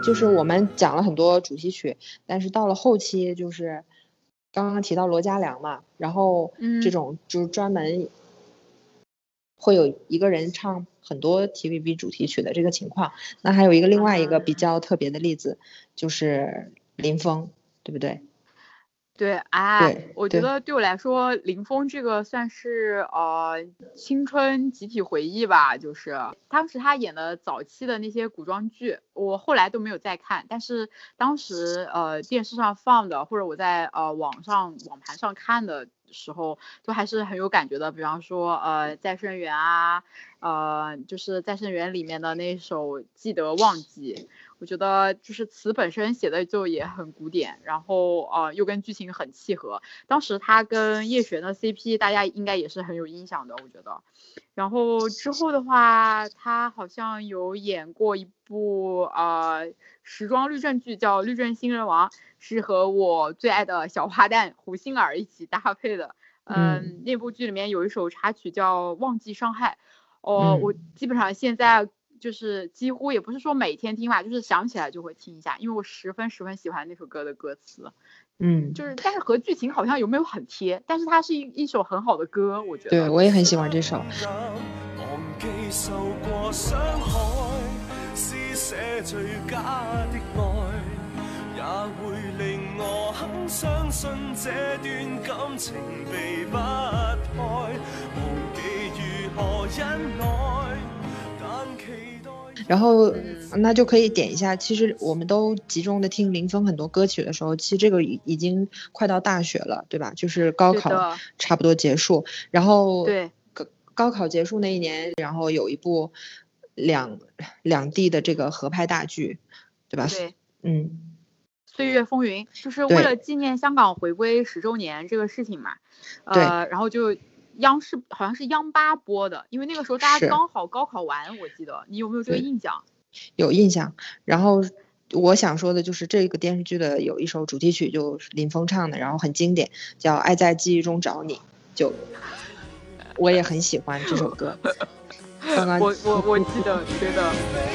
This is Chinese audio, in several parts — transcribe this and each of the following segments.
就是我们讲了很多主题曲，但是到了后期就是刚刚提到罗嘉良嘛，然后这种就是专门会有一个人唱很多 TVB 主题曲的这个情况。那还有另外一个比较特别的例子，就是林峰，对不对？ 对，我觉得对我来说，林峰这个算是青春集体回忆吧。就是当时他演的早期的那些古装剧，我后来都没有再看，但是当时电视上放的，或者我在网盘上看的时候，都还是很有感觉的。比方说再生缘啊，就是再生缘里面的那首记得忘记，我觉得就是词本身写的就也很古典，然后又跟剧情很契合。当时他跟叶璇的 CP 大家应该也是很有印象的，我觉得。然后之后的话，他好像有演过一部时装律政剧叫《律政新人王》，是和我最爱的小花旦胡杏儿一起搭配的。那部剧里面有一首插曲叫《忘记伤害》。我基本上现在就是几乎也不是说每天听吧，就是想起来就会听一下，因为我十分喜欢那首歌的歌词。就是但是和剧情好像有没有很贴，但是它是一首很好的歌，我觉得。 对，我也很喜欢这首。 忘记受过伤害，施捨最假的愛，也會令我很相信這段感情避不開，忘記如何忍耐，但期待。 然后那就可以点一下，其实我们都集中的听林峰很多歌曲的时候，其实这个已经快到大学了，对吧？就是高考差不多结束，然后对高考结束那一年，然后有一部两地的这个合拍大剧，对吧？ 对，岁月风云，就是为了纪念香港回归10周年这个事情嘛。然后就央视好像是央八播的，因为那个时候大家刚好高考完，我记得你有没有这个印象？ 有印象。然后我想说的就是这个电视剧的有一首主题曲就是林峰唱的，然后很经典，叫《爱在记忆中找你》，就我也很喜欢这首歌。刚刚我记得，对的。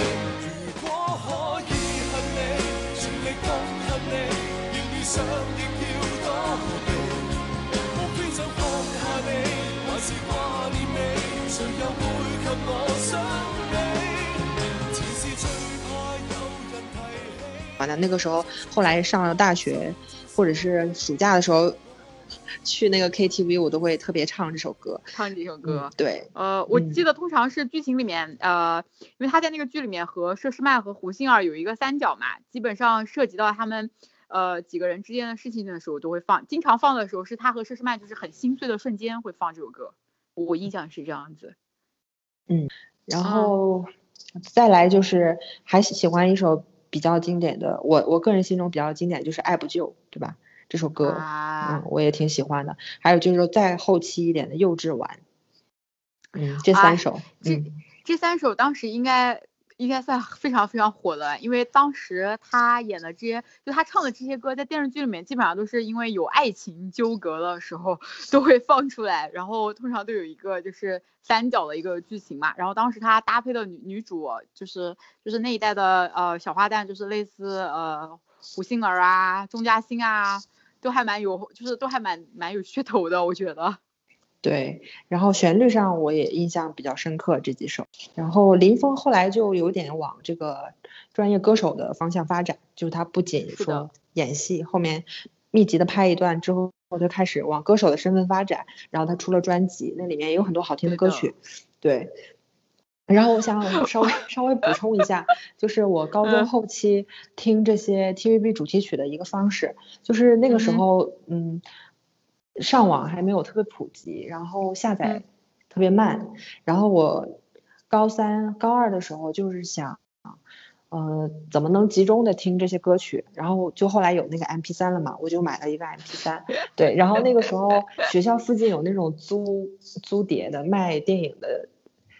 那个时候后来上了大学或者是暑假的时候去那个 KTV 我都会特别唱这首歌。对， 我记得通常是剧情里面因为他在那个剧里面和佘诗曼和胡杏儿有一个三角嘛，基本上涉及到他们几个人之间的事情的时候都会放，经常放的时候是他和佘诗曼就是很心碎的瞬间会放这首歌，我印象是这样子。 然后再来就是还喜欢一首比较经典的，我个人心中比较经典就是爱不救，对吧？这首歌我也挺喜欢的。还有就是再后期一点的幼稚丸。这三首这三首当时应该算非常非常火的，因为当时他演的这些就他唱的这些歌在电视剧里面基本上都是因为有爱情纠葛的时候都会放出来，然后通常都有一个就是三角的一个剧情嘛。然后当时他搭配的女主就是那一代的小花旦，就是类似胡杏儿啊钟嘉欣啊，都还蛮有噱头的，我觉得。 对，然后旋律上我也印象比较深刻这几首。然后林峰后来就有点往这个专业歌手的方向发展，就是他不仅说演戏，后面密集的拍一段之后就开始往歌手的身份发展，然后他出了专辑，那里面也有很多好听的歌曲。对，然后我想稍微补充一下，就是我高中后期听这些 TVB 主题曲的一个方式，就是那个时候上网还没有特别普及，然后下载特别慢，然后我高3高2的时候就是想怎么能集中的听这些歌曲，然后就后来有那个 MP3 了嘛，我就买了一个 MP3。对，然后那个时候学校附近有那种租碟的卖电影的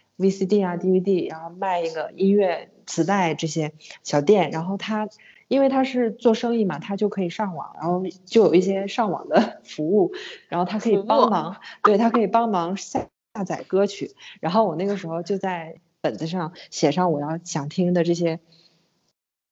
VCD 啊 DVD， 然后卖一个音乐磁带这些小店，然后因为他是做生意嘛，他就可以上网，然后就有一些上网的服务，然后他可以帮忙，对，他可以帮忙下载歌曲。然后我那个时候就在本子上写上我要想听的这些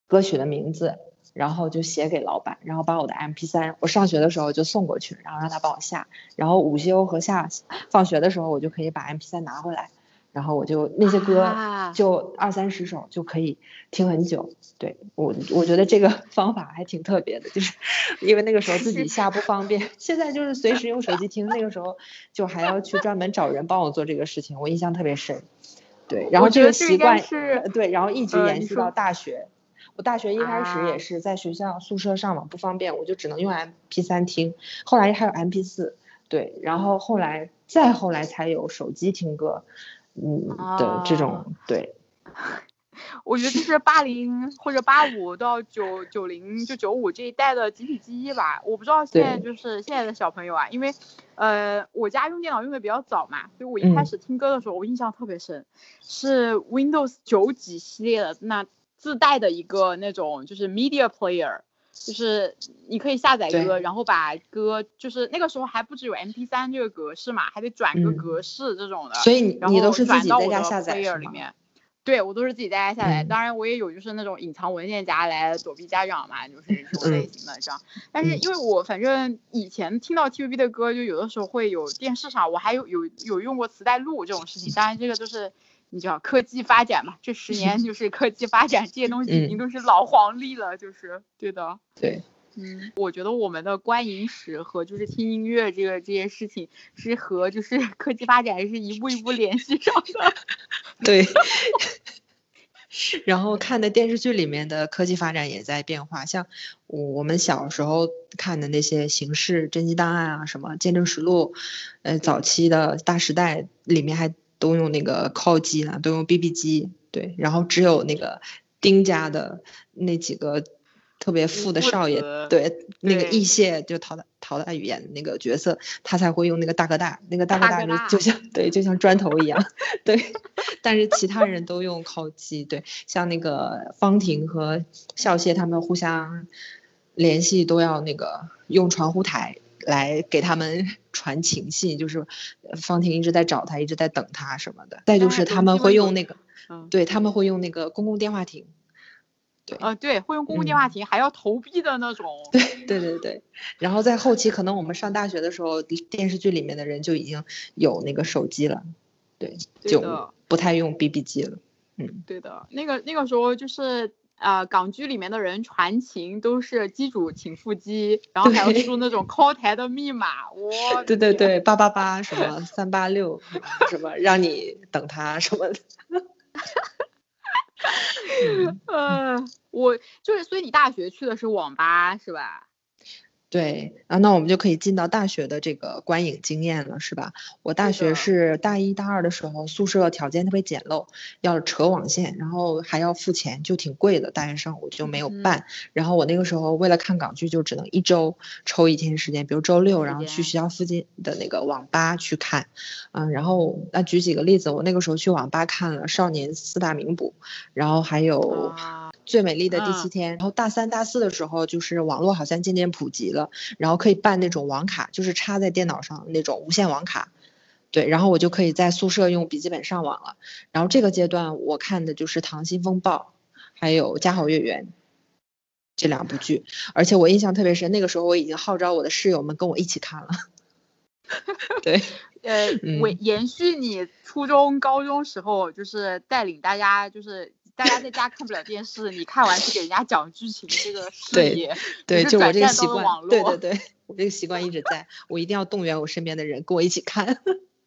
歌曲的名字，然后就写给老板，然后把我的 MP3，我上学的时候就送过去，然后让他帮我下，然后午休和放学的时候我就可以把 MP3 拿回来，然后我就那些歌就20-30首就可以听很久。对，我觉得这个方法还挺特别的，就是因为那个时候自己下不方便，现在就是随时用手机听，那个时候就还要去专门找人帮我做这个事情，我印象特别深。对，然后这个习惯对，然后一直延续到大学。我大学一开始也是在学校宿舍上网不方便，我就只能用 MP3 听，后来还有 MP4， 对，然后再后来才有手机听歌的这种。对， 我觉得就是80或者85到90就95这一代的集体记忆吧。我不知道现在就是现在的小朋友啊，因为我家用电脑用的比较早嘛，所以我一开始听歌的时候我印象特别深，是 Windows 9几系列的那自带的一个那种就是 media player， 就是你可以下载歌，然后把歌就是那个时候还不只有 MP3 这个格式嘛，还得转个格式这种的， 所以你都是自己在家下载里面。对，我都是自己在家下载，当然我也有就是那种隐藏文件夹来躲避家长嘛，就是这种类型的这样。但是因为我反正以前听到 TVB 的歌，就有的时候会有电视上，我还有用过磁带录这种事情。当然这个都是你知道科技发展嘛，这10年就是科技发展，这些东西已经都是老黄历了，就是对的。 对。 我觉得我们的观影史和就是听音乐这些事情是和就是科技发展是一步一步联系上的。 对。然后看的电视剧里面的科技发展也在变化，像我们小时候看的那些刑事侦缉档案啊，什么见证实录，早期的大时代里面还都用那个 call 机呢，都用 BB 机。对，然后只有那个丁家的那几个特别富的少爷，对，那个义械就陶大宇演的那个角色，他才会用那个大哥大，那个大哥大就像砖头一样。对，但是其他人都用靠机。对，像那个方婷和孝谢他们互相联系都要那个用传呼台来给他们传情信，就是方婷一直在找他，一直在等他什么的。再就是他们会用那个对，他们会用那个公共电话亭。 对，会用公共电话亭，还要投币的那种。 对。然后在后期，可能我们上大学的时候，电视剧里面的人就已经有那个手机了，对，就不太用 BB 机了。 对的，那个时候就是港剧里面的人传情都是机主请腹肌，然后还要输那种 call 台的密码。 对888什么386什么让你等他什么的。 我就是，所以你大学去的是网吧是吧？ 对，那我们就可以进到大学的这个观影经验了，是吧？我大学是大1大2的时候，宿舍条件特别简陋，要扯网线，然后还要付钱，就挺贵的。大学生我就没有办。然后我那个时候为了看港剧，就只能1周抽1天时间，比如周6，然后去学校附近的那个网吧去看。然后举几个例子，我那个时候去网吧看了《少年4大名捕》，然后还有最美丽的第7天。然后大3大4的时候，就是网络好像渐渐普及了，然后可以办那种网卡，就是插在电脑上那种无线网卡。对，然后我就可以在宿舍用笔记本上网了。然后这个阶段我看的就是《溏心风暴》还有《家好月圆》这2部剧，而且我印象特别深，那个时候我已经号召我的室友们跟我一起看了。对， 延续你初中高中时候就是带领大家，就是大家在家看不了电视，你看完去给人家讲剧情这个事业。 对，就我这个习惯。对，我这个习惯一直在，我一定要动员我身边的人跟我一起看。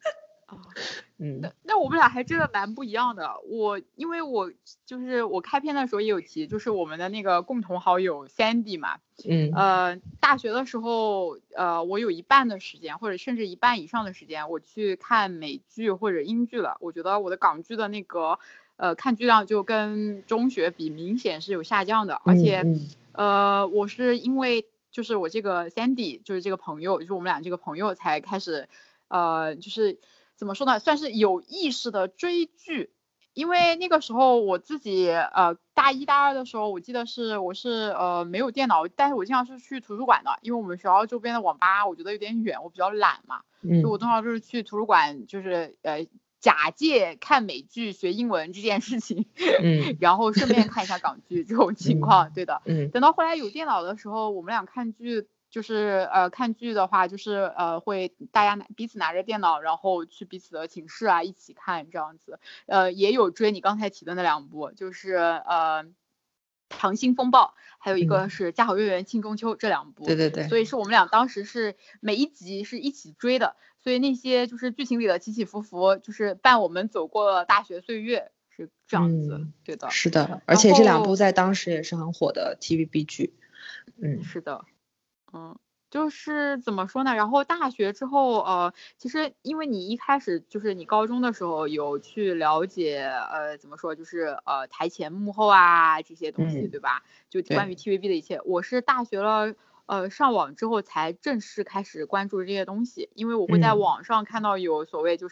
那我们俩还真的蛮不一样的。因为我就是我开篇的时候也有提，就是我们的那个共同好友 Sandy 嘛。大学的时候我有一半的时间，或者甚至一半以上的时间我去看美剧或者英剧了。我觉得我的港剧的那个看剧量就跟中学比明显是有下降的。而且我是因为就是我这个 Sandy 就是这个朋友，就是我们俩这个朋友才开始就是怎么说呢，算是有意识的追剧。因为那个时候我自己大1大2的时候，我记得我是没有电脑，但是我经常是去图书馆的，因为我们学校周边的网吧我觉得有点远，我比较懒嘛，所以我通常就是去图书馆，就是假借看美剧学英文这件事情，然后顺便看一下港剧这种情况，对的。等到后来有电脑的时候，我们俩看剧就是看剧的话，就是会大家彼此拿着电脑，然后去彼此的寝室啊一起看这样子。也有追你刚才提的那2部，就是溏心风暴，还有一个是家好月圆庆中秋，这2部。 对。 所以是我们俩当时是每一集是一起追的，所以那些就是剧情里的起起伏伏，就是伴我们走过了大学岁月，是这样子。对的。 是的，而且这2部在当时也是很火的 TVB 剧。 是的。就是怎么说呢，然后大学之后其实因为你一开始就是你高中的时候有去了解怎么说就是台前幕后啊这些东西，对吧？就关于 TVB 的一切。我是大学了上网之后才正式开始关注这些东西，因为我会在网上看到有所谓就是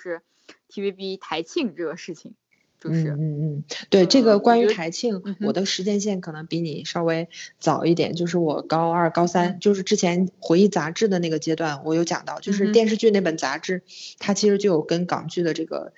TVB 台庆这个事情。就是对，这个关于台庆我的时间线可能比你稍微早一点，就是我高2高3就是之前回忆杂志的那个阶段我有讲到，就是电视剧那本杂志它其实就有跟港剧的这个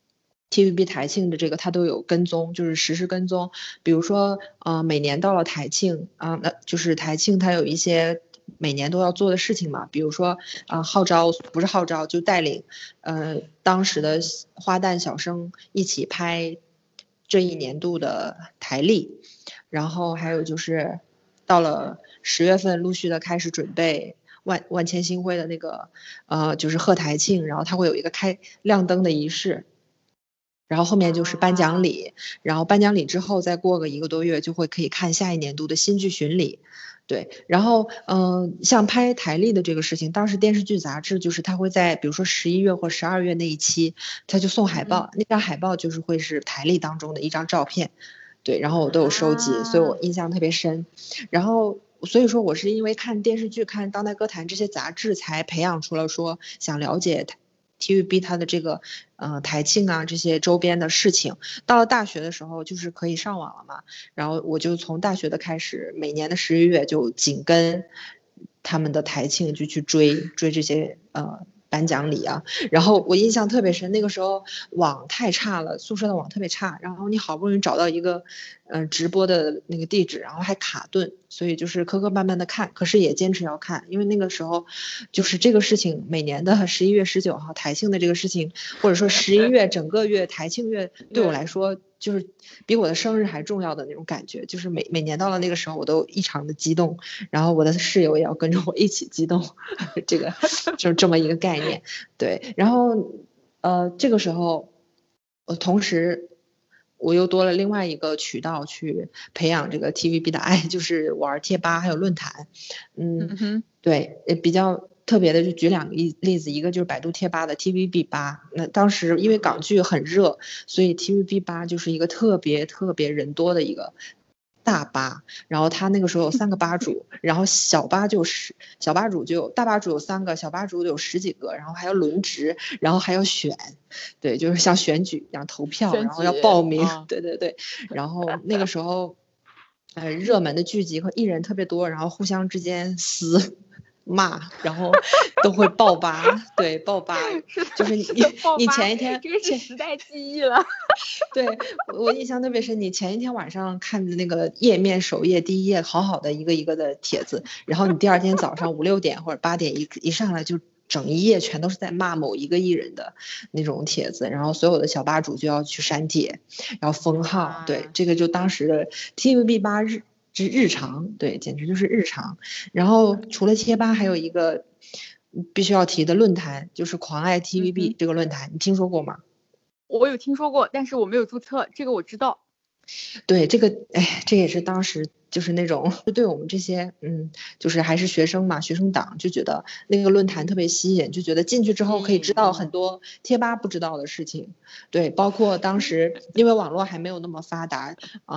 TVB 台庆的这个它都有跟踪，就是实时跟踪。比如说每年到了台庆那就是台庆它有一些每年都要做的事情嘛，比如说号召不是号召就带领当时的花旦小生一起拍这一年度的台历，然后还有就是到了10月份陆续的开始准备万千星辉的那个就是贺台庆，然后它会有一个开亮灯的仪式，然后后面就是颁奖礼，然后颁奖礼之后再过个1个多月就会可以看下一年度的新剧巡礼。对，然后像拍台历的这个事情，当时电视剧杂志就是它会在比如说11月或12月那一期它就送海报，那张海报就是会是台历当中的一张照片。对，然后我都有收集，所以我印象特别深。然后所以说我是因为看电视剧看当代歌坛这些杂志才培养出了说想了解TVB 它的这个台庆啊这些周边的事情。到了大学的时候就是可以上网了嘛，然后我就从大学的开始每年的11月就紧跟他们的台庆就去追这些颁奖礼啊。然后我印象特别深，那个时候网太差了，宿舍的网特别差，然后你好不容易找到一个直播的那个地址，然后还卡顿，所以就是磕磕绊绊的看，可是也坚持要看，因为那个时候就是这个事情每年的11月19号台庆的这个事情，或者说11月整个月台庆月对我来说就是比我的生日还重要的那种感觉，就是每年到了那个时候我都异常的激动，然后我的室友也要跟着我一起激动这个就是这么一个概念。对，然后这个时候同时我又多了另外一个渠道去培养这个 TVB 的爱，就是玩贴吧还有论坛。对，比较特别的就举2个例子，一个就是百度贴吧的 TVB 吧，那当时因为港剧很热，所以 TVB 吧就是一个特别人多的一个大吧，然后他那个时候有3个吧主，然后小吧主就有大吧主有3个，小吧主有10几个，然后还要轮值，然后还要选，对，就是像选举一样投票，然后要报名，对，然后那个时候热门的剧集和艺人特别多，然后互相之间撕骂，然后都会爆吧，对，爆吧，就是你前一天， 这个是时代记忆了。 对，我印象特别深，你前一天晚上看的那个页面首页第一页好好的一个一个的帖子，然后你第2天早上5、6点或者8点一上来就整一页全都是在骂某一个艺人的那种帖子，然后所有的小吧主就要去删帖，然后封号，对，这个就当时的 TVB 吧日常，对，简直就是日常。然后除了贴吧还有一个必须要提的论坛，就是狂爱 TVB 这个论坛，你听说过吗？ 我有听说过，但是我没有注册，这个我知道。 对，这个这也是当时就是那种对我们这些就是还是学生嘛，学生党就觉得那个论坛特别吸引，就觉得进去之后可以知道很多贴吧不知道的事情。对，包括当时因为网络还没有那么发达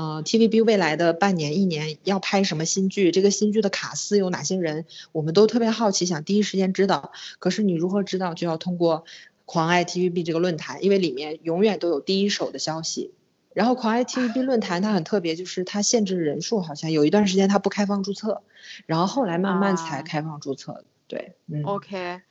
TVB 未来的半年1年要拍什么新剧，这个新剧的卡司有哪些人，我们都特别好奇，想第一时间知道。可是你如何知道，就要通过狂爱 TVB 这个论坛，因为里面永远都有第一手的消息。然后狂爱 TVB 论坛它很特别，就是它限制人数，好像有一段时间它不开放注册，然后后来慢慢才开放注册。对 OK，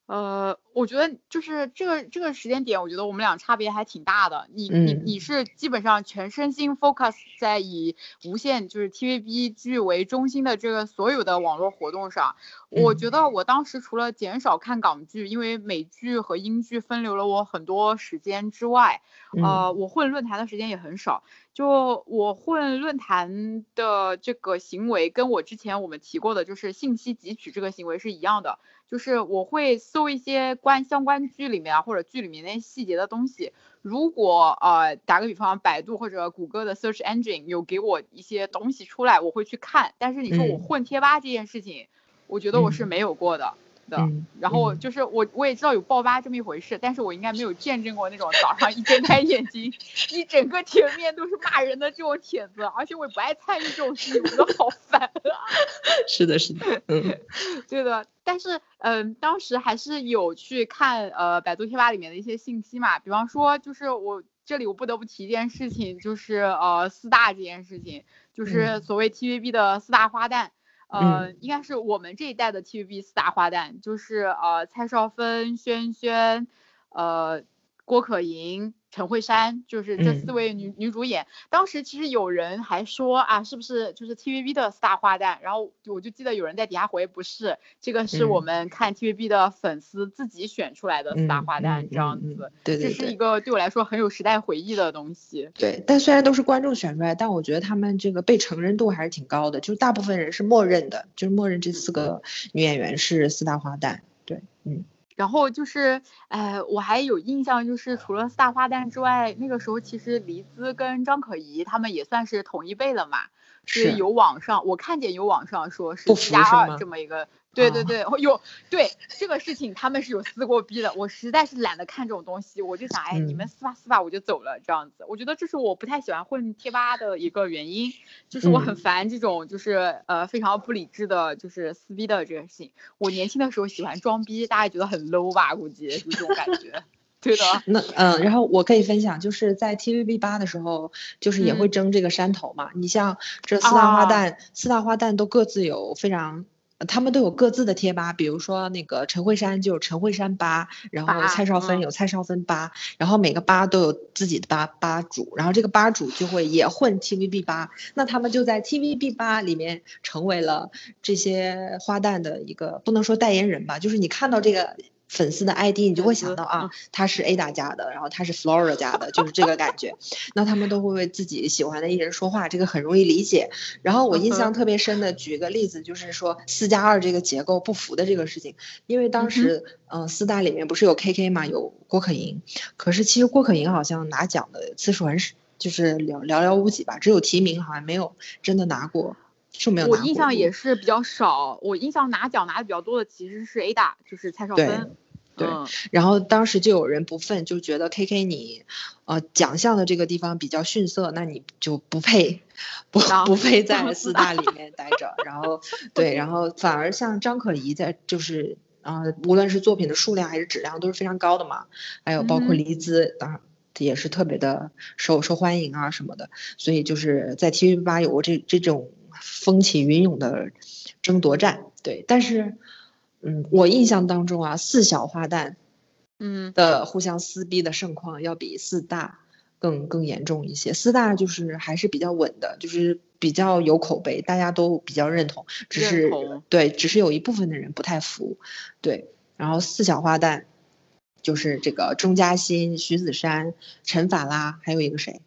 我觉得就是这个时间点，我觉得我们俩差别还挺大的。你是基本上全身心 focus 在以无线就是 TVB 剧为中心的这个所有的网络活动上。我觉得我当时除了减少看港剧，因为美剧和英剧分流了我很多时间之外，我混论坛的时间也很少。就我混论坛的这个行为，跟我之前我们提过的，就是信息汲取这个行为是一样的。就是我会搜一些相关剧里面或者剧里面那些细节的东西。如果打个比方，百度或者谷歌的 search engine 有给我一些东西出来，我会去看。但是你说我混贴吧这件事情，我觉得我是没有过的。然后就是我也知道有爆吧这么一回事，但是我应该没有见证过那种早上一睁开眼睛一整个帖面都是骂人的这种帖子，而且我也不爱参与这种事情，我觉得好烦啊。 是的对的。但是当时还是有去看百度贴吧里面的一些信息嘛，比方说就是我不得不提一件事情，就是四大这件事情，就是所谓 TVB 的四大花旦。应该是我们这一代的 TVB 四大花旦，就是蔡少芬、萱萱、郭可盈、陈慧珊，就是这4位女主演。当时其实有人还说啊，是不是就是 TVB 的四大花旦？然后我就记得有人在底下回，不是，这个是我们看 TVB 的粉丝自己选出来的四大花旦，这样子。 对， 这是一个对我来说很有时代回忆的东西。 对，但虽然都是观众选出来，但我觉得他们这个被承认度还是挺高的，就是大部分人是默认的，就是默认这4个女演员是四大花旦。对， 然后就是，我还有印象，就是除了四大花旦之外，那个时候其实黎姿跟张可颐他们也算是同一辈了嘛。是有网上我看见有网上说是7+2这么一个。对，对这个事情他们是有撕过逼的，我实在是懒得看这种东西，我就想你们撕吧我就走了这样子。我觉得这是我不太喜欢混贴吧的一个原因，就是我很烦这种就是非常不理智的就是撕逼的这个事情。我年轻的时候喜欢装逼，大家觉得很 low 吧，估计就这种感觉。对的。 那然后我可以分享，就是在 TVB8 的时候，就是也会争这个山头嘛。你像这四大花旦都各自有非常，他们都有各自的贴吧，比如说那个陈慧珊就有陈慧珊吧，然后蔡少芬有蔡少芬吧，然后每个吧都有自己的吧主，然后这个吧主就会也混 TVB8，那他们就在 TVB8里面成为了这些花旦的一个不能说代言人吧，就是你看到这个粉丝的 ID 你就会想到他是 Ada 家的，然后他是 Flora 家的，就是这个感觉。那他们都会为自己喜欢的艺人说话，这个很容易理解。然后我印象特别深的举个例子，就是说4+2这个结构不符的这个事情。因为当时四大里面不是有 KK 嘛，有郭可盈，可是其实郭可盈好像拿奖的次数很少，就是寥寥无几吧，只有提名，好像没有真的拿过。 我印象也是比较少，我印象拿奖拿的比较多的其实是 Ada， 就是蔡少芬。 对，然后当时就有人不忿，就觉得 KK 你奖项的这个地方比较逊色，那你就不配在四大里面待着。然后对，然后反而像张可颐在就是无论是作品的数量还是质量都是非常高的嘛，还有包括黎姿，当然也是特别的受欢迎啊什么的，所以就是在 TVB8 有过这种风起云涌的争夺战。对，但是我印象当中4小花旦的互相撕逼的盛况要比四大更严重一些。四大就是还是比较稳的，就是比较有口碑，大家都比较认同，只是有一部分的人不太服。对，然后4小花旦就是这个钟嘉欣、徐子珊、陈法拉，还有一个谁？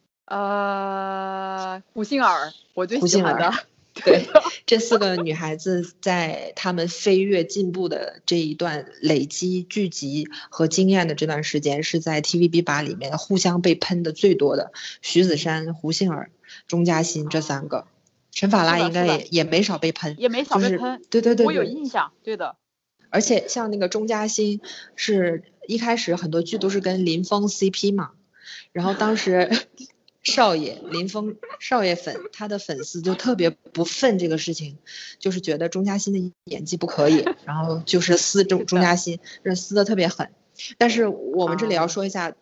胡杏儿，我最喜欢的。 对，这4个女孩子在她们飞跃进步的这一段累积剧集和经验的这段时间，是在 TVB8 里面互相被喷的最多的。徐子珊、胡杏儿、钟嘉欣这3个，陈法拉应该也没少被喷， 也没少被喷。 对， 我有印象，对的。 而且像那个钟嘉欣，是一开始很多剧都是跟林峰 CP 嘛，然后当时林峰少爷粉，他的粉丝就特别不忿这个事情，就是觉得钟嘉欣的演技不可以，然后就是撕钟嘉欣，撕的特别狠。但是我们这里要说一下，到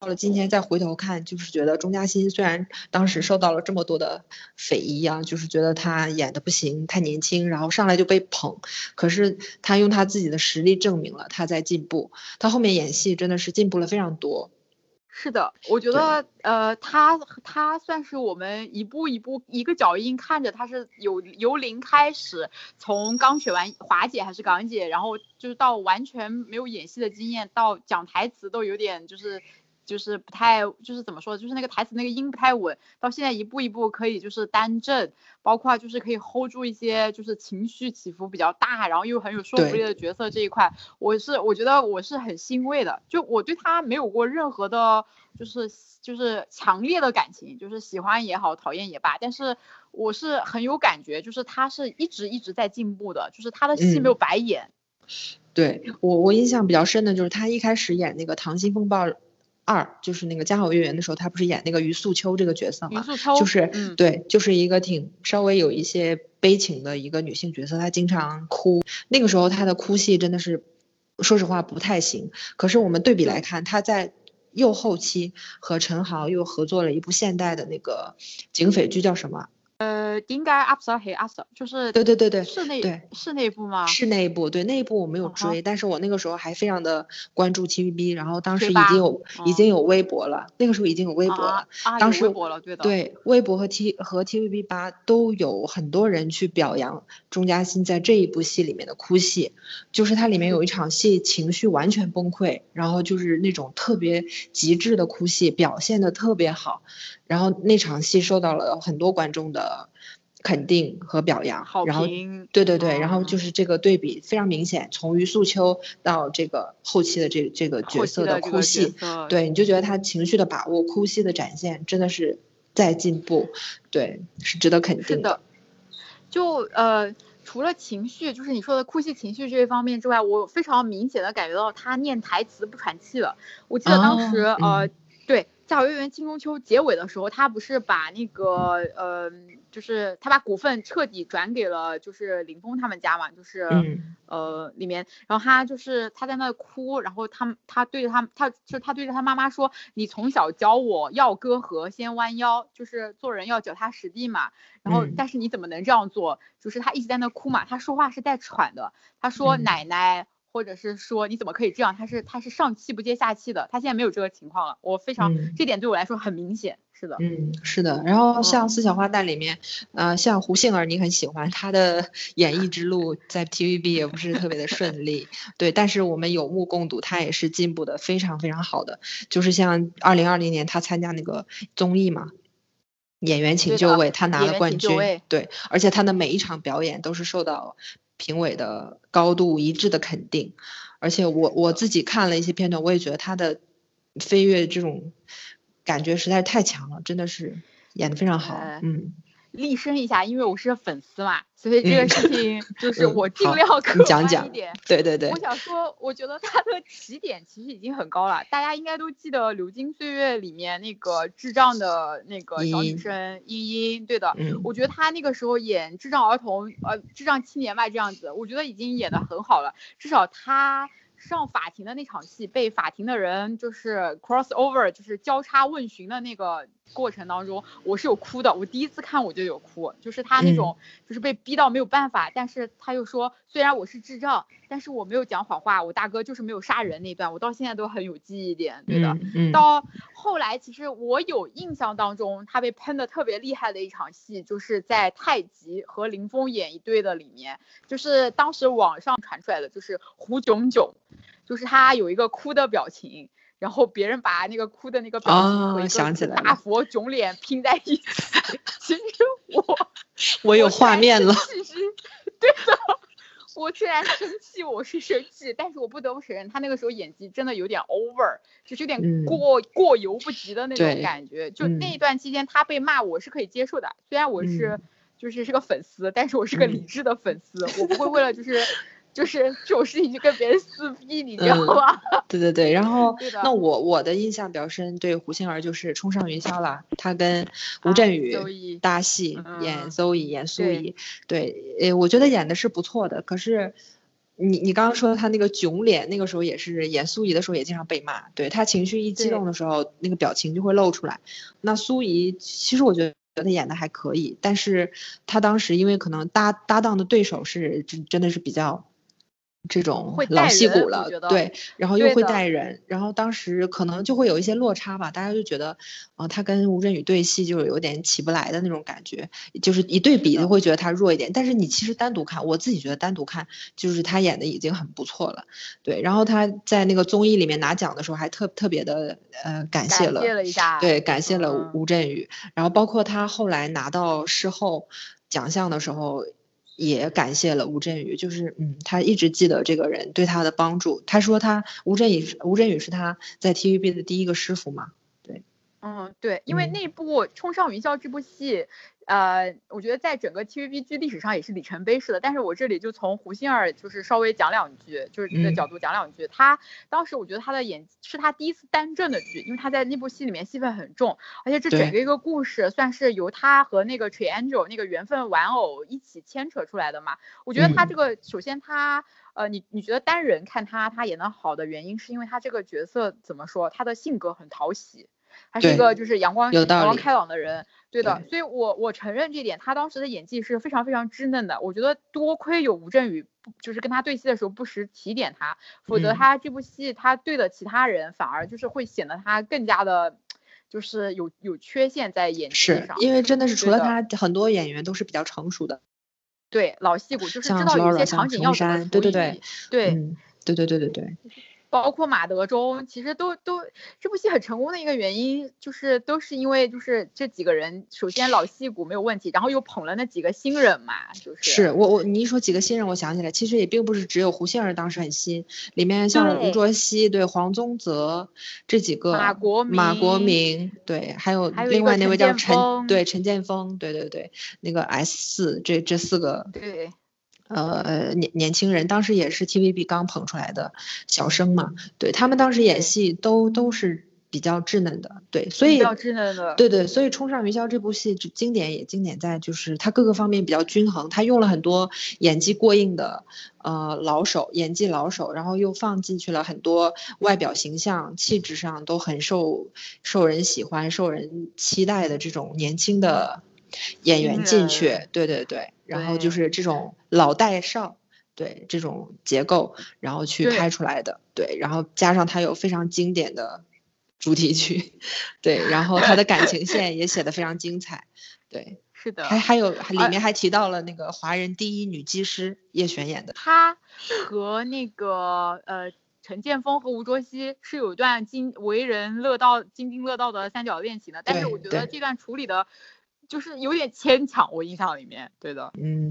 到了今天再回头看，就是觉得钟嘉欣虽然当时受到了这么多的非议啊，就是觉得她演的不行，太年轻，然后上来就被捧，可是她用她自己的实力证明了她在进步，她后面演戏真的是进步了非常多。 是的，我觉得他算是我们一步一个脚印看着他是由零开始，从刚学完华姐还是港姐，然后就是到完全没有演戏的经验，到讲台词都有点就是不太，就是怎么说，就是那个台词那个音不太稳，到现在一步一步可以就是单正，包括就是可以 hold 住一些就是情绪起伏比较大，然后又很有说服力的角色这一块，我觉得我是很欣慰的，就我对他没有过任何的就是强烈的感情，就是喜欢也好讨厌也罢，但是我是很有感觉，就是他是一直在进步的，就是他的戏没有白演。 对，我印象比较深的就是他一开始演那个《溏心风暴2》，就是那个家好月圆的时候，他不是演那个余素秋这个角色嘛，就是对，就是一个稍微有一些悲情的一个女性角色，她经常哭，那个时候她的哭戏真的是说实话不太行，可是我们对比来看，她在又后期和陈豪又合作了一部现代的那个警匪剧，叫什么？ 点解噏手係噏手，就是对， 是那一部吗？ 是那一部，对，那一部我没有追，但是我那个时候还非常的关注 TVB， 然后当时已经有微博了，那个时候已经有微博了，当时有微博了，对的， 对，微博和 TVB8 都有很多人去表扬钟嘉欣在这一部戏里面的哭戏，就是它里面有一场戏情绪完全崩溃，然后就是那种特别极致的哭戏，表现的特别好，然后那场戏受到了很多观众的肯定和表扬，然后对，然后就是这个对比非常明显，从余素秋到这个后期的这个角色的哭戏，对，你就觉得他情绪的把握，哭戏的展现真的是在进步，对，是值得肯定的。 就除了情绪，就是你说的哭戏情绪这一方面之外，我非常明显的感觉到他念台词不喘气了。我记得当时对家好月圆金中秋结尾的时候，他不是把那个就是他把股份彻底转给了就是林峰他们家嘛，就是里面，然后他在那哭，然后他对着他妈妈说，你从小教我要割禾先弯腰，就是做人要脚踏实地嘛，然后但是你怎么能这样做，就是他一直在那哭嘛，他说话是带喘的，他说奶奶或者是说你怎么可以这样，他是上气不接下气的，他现在没有这个情况了，我非常这点对我来说很明显。是的， 是的。然后像四小花旦里面，像胡杏儿，你很喜欢她的演艺之路，在 TVB 也不是特别的顺利，对。但是我们有目共睹，她也是进步的非常非常好的。就是像2020年她参加那个综艺嘛，演员请就位，她拿了冠军，对。而且她的每一场表演都是受到评委的高度一致的肯定。而且我自己看了一些片段，我也觉得她的飞跃这种感觉实在是太强了，真的是演得非常好。 立身一下，因为我是粉丝嘛，所以这个事情就是我尽量客观一点。 对， 我想说，我觉得他的起点其实已经很高了。大家应该都记得《流金岁月》里面那个智障的那个小女生茵茵，对的。我觉得他那个时候演智障儿童，智障青年吧这样子，我觉得已经演得很好了。至少他上法庭的那场戏，被法庭的人就是 cross over， 就是交叉问询的那个过程当中，我是有哭的。我第一次看我就有哭，就是他那种就是被逼到没有办法，但是他又说虽然我是智障，但是我没有讲谎话，我大哥就是没有杀人那段，我到现在都很有记忆点，对的。到后来其实我有印象当中他被喷的特别厉害的一场戏，就是在太极和林峰演一对的里面，就是当时网上传出来的，就是胡炯炯，就是他有一个哭的表情，然后别人把那个哭的那个表情和一个大佛肿脸拼在一起。其实我有画面了。 对的，我虽然生气，我是生气，但是我不得不承认，他那个时候演技真的有点 over， 就是有点过犹不及的那种感觉。就那一段期间，他被骂我是可以接受的，虽然我是就是个粉丝，但是我是个理智的粉丝，我不会为了就是这种事情就跟别人撕逼，你知道吗？ 对，然后那我的印象比较深，对胡杏儿就是冲上云霄了，她跟吴镇宇搭戏，演 Zoe 演苏怡，对，我觉得演的是不错的，可是你刚刚说他那个囧脸，那个时候也是演苏怡的时候也经常被骂，对他情绪一激动的时候，那个表情就会露出来。那苏怡其实我觉得他演的还可以，但是他当时因为可能搭档的对手是真的是比较这种老戏骨了，对，然后又会带人，然后当时可能就会有一些落差吧，大家就觉得，他跟吴镇宇对戏就有点起不来的那种感觉，就是一对比就会觉得他弱一点，但是你其实单独看，我自己觉得单独看就是他演的已经很不错了，对，然后他在那个综艺里面拿奖的时候还特别的感谢了一下， 对，感谢了吴镇宇，然后包括他后来拿到事后奖项的时候。也感谢了吴镇宇，就是他一直记得这个人对他的帮助。他说吴镇宇是他在 TVB 的第一个师傅嘛，对。 对，因为那部《冲上云霄》这部戏，我觉得在整个 TVB 剧历史上也是里程碑式的。但是我这里就从胡杏儿就是稍微讲两句，就是的角度讲两句。他当时我觉得他的演是他第一次担正的剧，因为他在那部戏里面戏份很重，而且这整个一个故事算是由他和那个 Triangle 那个缘分玩偶一起牵扯出来的嘛。我觉得他这个首先他你觉得单人看他演得好的原因，是因为他这个角色怎么说，他的性格很讨喜。他是一个就是阳光开朗的人，对的，所以我承认这点，他当时的演技是非常非常稚嫩的。我觉得多亏有吴镇宇，就是跟他对戏的时候不时提点他，否则他这部戏他对的其他人反而就是会显得他更加的，就是有缺陷在演技上。 是因为真的是除了他，很多演员都是比较成熟的， 对老戏骨就是知道有些场景要怎么处理， 对。 包括马德钟，其实都这部戏很成功的一个原因，就是都是因为就是这几个人，首先老戏骨没有问题，然后又捧了那几个新人嘛， 是你一说几个新人，我想起来，其实也并不是只有胡杏儿当时很新，里面像吴卓羲，对黄宗泽这几个，马国明，对，还有另外那位叫陈建锋，对，那个 S4这4个， 对。 年轻人当时也是 TVB 刚捧出来的小生嘛，对他们当时演戏都是比较稚嫩的，对，所以比较稚嫩的， 对，所以《冲上云霄》这部戏经典在就是它各个方面比较均衡，它用了很多演技过硬的演技老手，然后又放进去了很多外表形象、气质上都很受人喜欢、受人期待的这种年轻的演员进去，对，然后就是这种老带少，对这种结构，然后去拍出来的，对，然后加上它有非常经典的主题曲，对，然后它的感情线也写得非常精彩，对， 是的， 还有里面还提到了那个华人第一女技师叶璇演的， 她和那个陈建锋和吴卓羲是有一段津津乐道的三角恋情的，但是我觉得这段处理的就是有点牵强，我印象里面，对的，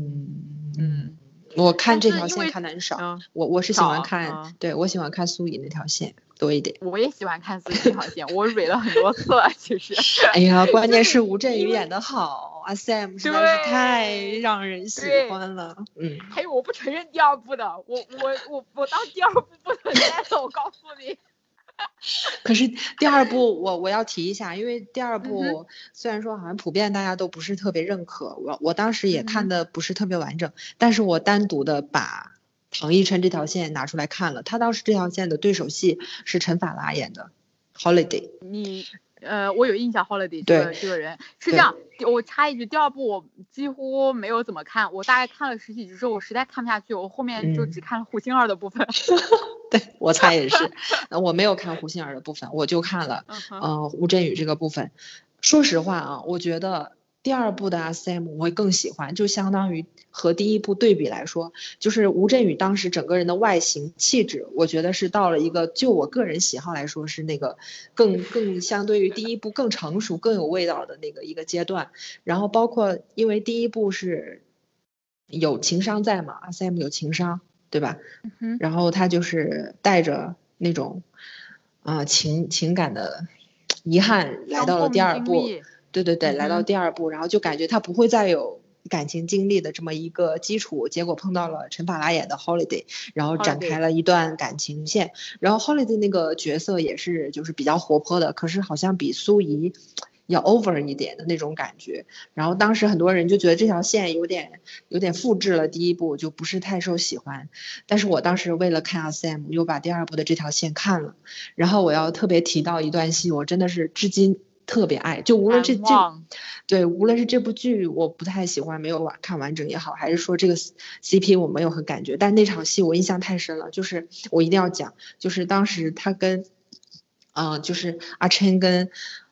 我看这条线看得很少，我是喜欢看，对我喜欢看苏怡那条线多一点。 我也喜欢看苏怡那条线，我蕊了很多次了，其实。 哎呀，关键是吴镇宇演得好，Sam 实在是太让人喜欢了。 还有我不承认第二部的，我当第二部不存在了，我告诉你。 可是第二部我要提一下，因为第二部虽然说好像普遍大家都不是特别认可，我当时也看的不是特别完整，但是我单独的把唐艺琛这条线拿出来看了，他当时这条线的对手戏是陈法拉演的 Holiday。 我有印象 Holiday 这个人是这样，我插一句，第二部我几乎没有怎么看，我大概看了10几集之后，我实在看不下去，我后面就只看了胡杏儿的部分。 对，我猜也是，我没有看胡杏儿的部分，我就看了吴镇宇这个部分。说实话啊，我觉得第二部的 SM 我会更喜欢，就相当于和第一部对比来说，就是吴镇宇当时整个人的外形气质，我觉得是到了一个就我个人喜好来说是那个更相对于第一部更成熟更有味道的那个一个阶段。然后包括因为第一部是有情商在嘛， SM 有情商对吧，然后他就是带着那种情感的遗憾来到了第二部，对，来到第二部，然后就感觉他不会再有感情经历的这么一个基础，结果碰到了陈法拉演的 Holiday， 然后展开了一段感情线，然后 Holiday 那个角色也是就是比较活泼的，可是好像比苏怡要 over 一点的那种感觉。然后当时很多人就觉得这条线有点复制了第一部，就不是太受喜欢。但是我当时为了看 SM 又把第二部的这条线看了。然后我要特别提到一段戏，我真的是至今特别爱，就无论无论是这部剧我不太喜欢没有看完整也好，还是说这个 CP 我没有很感觉，但那场戏我印象太深了。就是我一定要讲，就是当时他跟就是阿琛跟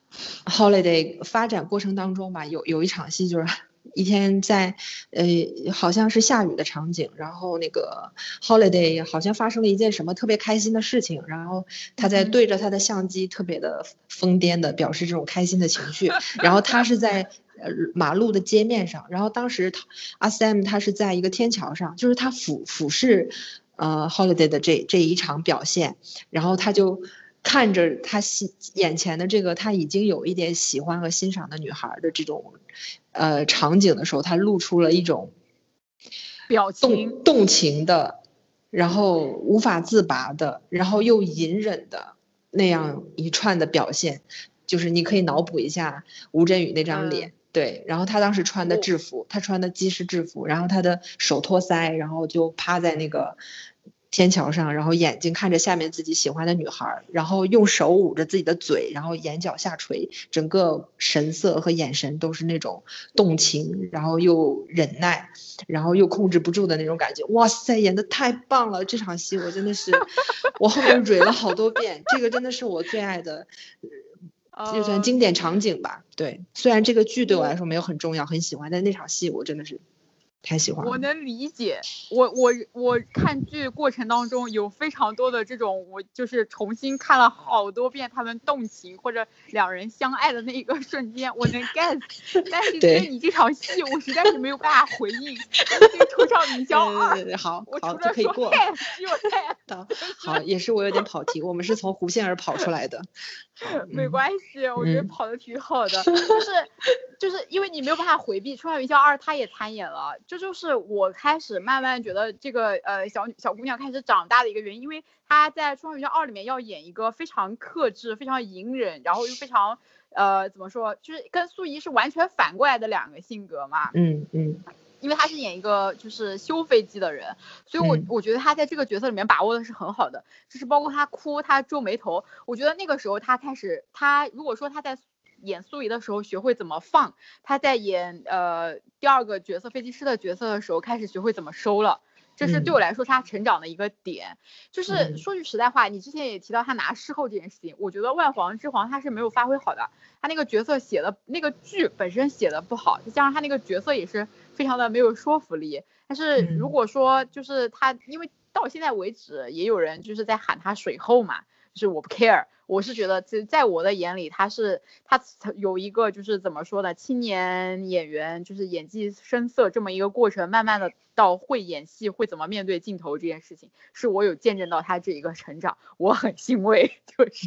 Holiday 发展过程当中吧，有一场戏就是一天在好像是下雨的场景，然后那个 Holiday 好像发生了一件什么特别开心的事情，然后他在对着他的相机特别的疯癫的表示这种开心的情绪，然后他是在马路的街面上，然后当时阿 Sam 他是在一个天桥上，就是他俯视Holiday 的这一场表现，然后他就看着他眼前的这个他已经有一点喜欢和欣赏的女孩的这种场景的时候，他露出了一种表情动情的，然后无法自拔的，然后又隐忍的那样一串的表现，就是你可以脑补一下吴镇宇那张脸。对，然后他当时穿的制服，他穿的机师制服，然后他的手托腮，然后就趴在那个天桥上，然后眼睛看着下面自己喜欢的女孩，然后用手捂着自己的嘴，然后眼角下垂，整个神色和眼神都是那种动情，然后又忍耐，然后又控制不住的那种感觉。哇塞，演得太棒了！这场戏我真的是我后面蕊了好多遍，这个真的是我最爱的就算经典场景吧。对，虽然这个剧对我来说没有很重要很喜欢，但那场戏我真的是太喜欢了。 我能理解，我看剧过程当中有非常多的这种，我就是重新看了好多遍他们动情或者两人相爱的那一个瞬间，我能 get。但是对你这场戏，我实在是没有办法回应。这个《冲上云霄2》， 好， 我除就可以过。 只有 get。 好，也是我有点跑题，我们是从弧线而跑出来的。 没关系，我觉得跑得挺好的。就是因为你没有办法回避《冲上云霄2》，他也参演了。这就是我开始慢慢觉得这个小姑娘开始长大的一个原因，因为她在《冲上云霄2》里面要演一个非常克制、非常隐忍，然后又非常怎么说，就是跟素怡是完全反过来的两个性格嘛。因为他是演一个就是修飞机的人，所以我觉得他在这个角色里面把握的是很好的，就是包括他哭，他皱眉头，我觉得那个时候他如果说他在演素怡的时候学会怎么放，他在演第二个角色飞机师的角色的时候开始学会怎么收了。这是对我来说他成长的一个点。就是说句实在话，你之前也提到他拿视后这件事情，我觉得万皇之皇他是没有发挥好的，他那个角色写的那个剧本身写的不好，再加上他那个角色也是非常的没有说服力。但是如果说就是他，因为到现在为止也有人就是在喊他水后嘛，就是我不 care， 我是觉得在我的眼里他有一个就是怎么说呢，青年演员就是演技生涩这么一个过程，慢慢的到会演戏，会怎么面对镜头这件事情，是我有见证到他这一个成长，我很欣慰。就是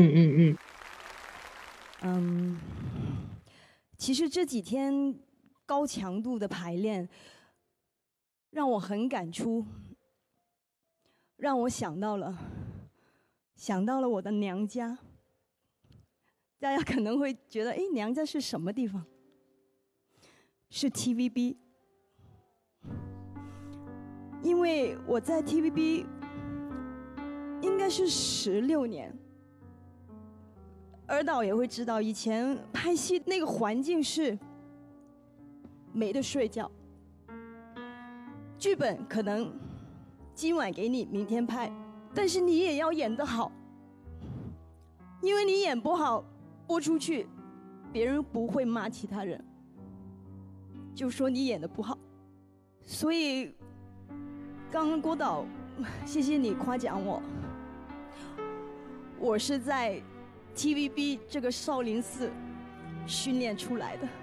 其实这几天高强度的排练让我很感触，让我想到了我的娘家。大家可能会觉得，娘家是什么地方？是 TVB。因为我在 TVB 应该是16年。尔导也会知道，以前拍戏那个环境是没得睡觉，剧本可能今晚给你，明天拍，但是你也要演得好，因为你演不好，播出去，别人不会骂其他人，就说你演得不好。所以，刚刚郭导，谢谢你夸奖我，我是在 TVB 这个少林寺训练出来的。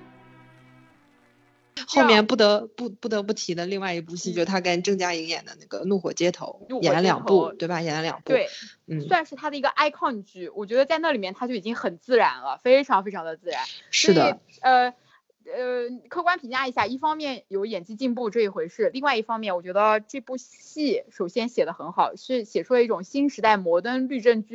后面不得不提的另外一部戏，就是他跟郑嘉颖演的那个《怒火街头》，演了2部，对吧？演了2部， 对，算是他的一个 icon 剧。我觉得在那里面他就已经很自然了，非常非常的自然。 是的。 客观评价一下，一方面有演技进步这一回事，另外一方面我觉得这部戏首先写得很好，是写出了一种新时代摩登律政剧的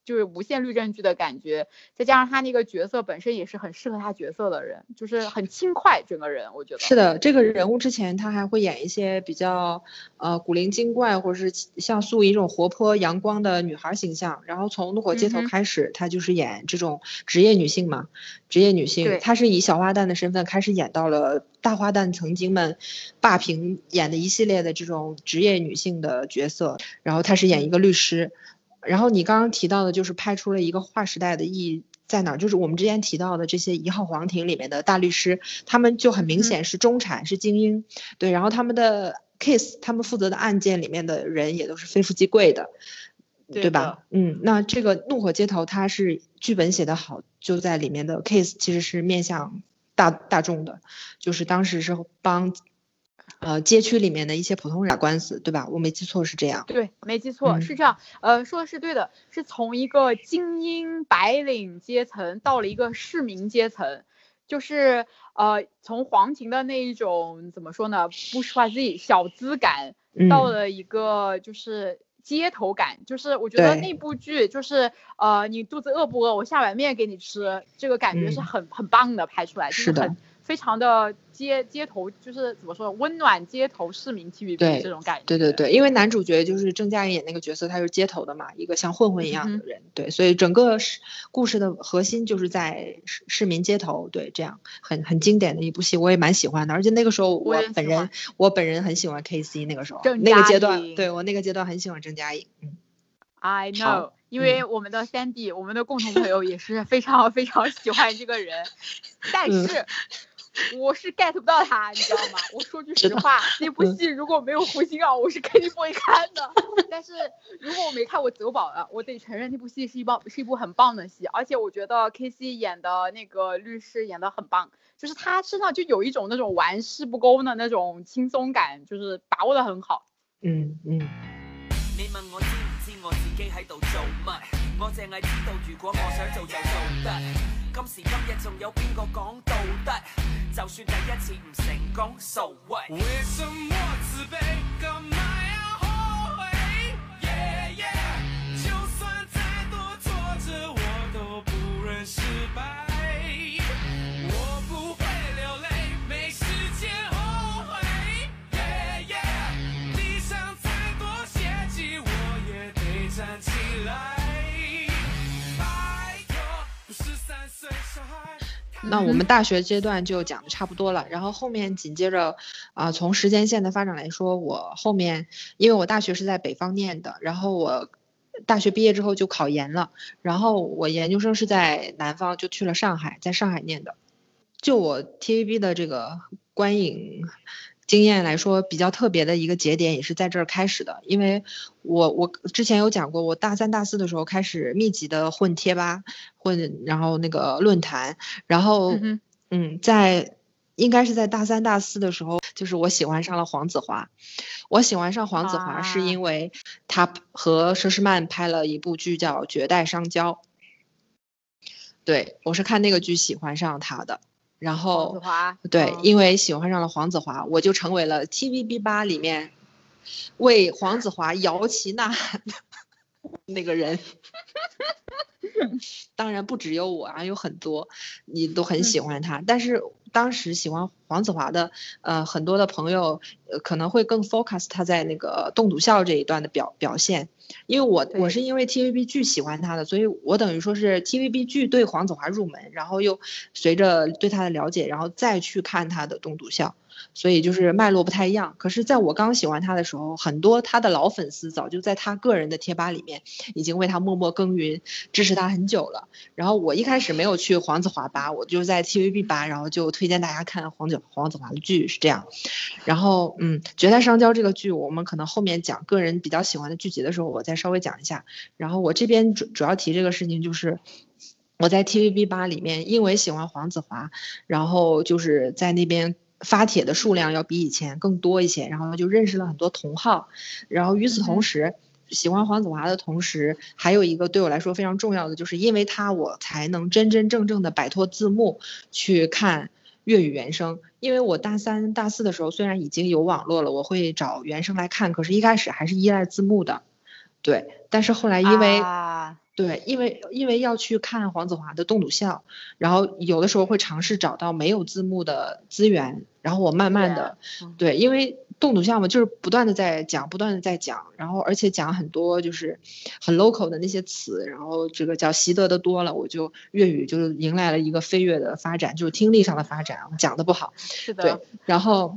就是无限律政剧的感觉，再加上他那个角色本身也是很适合他角色的人，就是很轻快整个人，我觉得是的。这个人物之前他还会演一些比较古灵精怪或者是像素一种活泼阳光的女孩形象，然后从怒火街头开始，他就是演这种职业女性嘛，职业女性，他是以小花旦的身份开始演到了大花旦曾经们霸屏演的一系列的这种职业女性的角色，然后他是演一个律师。然后你刚刚提到的就是拍出了一个划时代的意义在哪儿，就是我们之前提到的这些1号皇庭里面的大律师，他们就很明显是中产，是精英，对，然后他们的 case 他们负责的案件里面的人也都是非富即贵的，对吧？那这个怒火街头它是剧本写得好，就在里面的 case 其实是面向大众的，就是当时是帮街区里面的一些普通人打官司，对吧？我没记错是这样。 对，没记错，是这样。说的是对的，是从一个精英白领阶层到了一个市民阶层，就是从皇庭的那一种怎么说呢，不说自己小资感，到了一个就是街头感，就是我觉得那部剧就是你肚子饿不饿，我下碗面给你吃，这个感觉是很棒的拍出来，就是很非常的街头，就是怎么说温暖街头市民 TVB 这种感觉。 对，因为男主角就是郑嘉颖演那个角色，他是街头的嘛，一个像混混一样的人，对，所以整个故事的核心就是在市民街头，对，这样很经典的一部戏，我也蛮喜欢的，而且那个时候我本人很喜欢 KC， 那个时候那个阶段，对，我那个阶段很喜欢郑嘉颖。 I know， 因为我们的 Sandy，我们的共同朋友也是非常非常喜欢这个人，但是我是 get 不到他，你知道吗？我说句实话，那部戏如果没有胡星耀，我是肯定不会看的。但是如果我没看，我走宝了。我得承认那部戏是一部很棒的戏，而且我觉得 KC 演的那个律师演的很棒，就是他身上就有一种那种玩世不恭的那种轻松感，就是把握的很好。 你問我知唔知我自己喺度做乜？我淨係知道如果我想做就做得。今時今日仲有邊個講道德？就算第一次唔成功 ，so what？ 為什麼自卑？幹嘛要後悔 ？Yeah yeah， 就算再多挫折，我都不認失敗。我不會流淚，沒時間後悔。Yeah yeah， 地上再多血跡，我也得站起來。拜託，不是3歲小孩。 那我们大學階段就講的差不多了，然後後面緊接着從時間線的發展來說，我後面因為我大學是在北方念的，然後我大學畢業之後就考研了，然後我研究生是在南方，就去了上海，在上海念的。就我 TVB 的這個觀影經驗來說，比較特別的一個節點也是在這兒開始的，因為我之前有講過，我大3大4的時候開始密集的混貼吧，然後那個論壇，然後應該是在大3大4的時候，就是我喜歡上了黃子華。我喜歡上黃子華是因為他和佘詩曼拍了一部劇叫《絕代雙驕》，對，我是看那個劇喜歡上他的。然後對，因為喜歡上了黃子華，我就成為了 TVB8 裡面為黃子華搖旗吶喊的那個人。當然不只有我啊，有很多你都很喜歡他，但是當時喜歡黃子華的很多的朋友可能會更 focus 他在那個棟篤笑這一段的表現，因為我是因為 TVB 劇喜歡他的，所以我等於說是 TVB 劇對黃子華入門，然後又隨着對他的了解，然後再去看他的棟篤笑，所以就是脈絡不太一樣。可是在我剛喜歡他的時候，很多他的老粉絲早就在他個人的貼吧裡面已經為他默默耕耘，支持他很久了。然後我一開始沒有去黃子華吧，我就在 TVB 吧，然後就推薦大家看黃子華的劇，是這樣。然後絕代雙驕這個劇我們可能後面講個人比較喜歡的劇集的時候我再稍微講一下。然後我這邊主要提這個事情就是我在 TVB8 裡面因為喜歡黃子華，然後就是在那邊發帖的數量要比以前更多一些，然後就認識了很多同好。然後與此同時喜歡黃子華的同時，還有一個對我來說非常重要的，就是因為他我才能真真正正的擺脫字幕去看粵語原聲。因為我大3大4的時候雖然已經有網絡了，我會找原聲來看，可是一開始還是依賴字幕的。對，但是後來因為对，因为要去看黄子华的《冻笃笑》，然后有的时候会尝试找到没有字幕的资源，然后我慢慢的，对，因为冻笃笑嘛，就是不断的在讲，然后而且讲很多就是很 local 的那些词，然后这个叫习得的多了，我就粤语就迎来了一个飞跃的发展，就是听力上的发展，讲的不好， 是的， 对，然后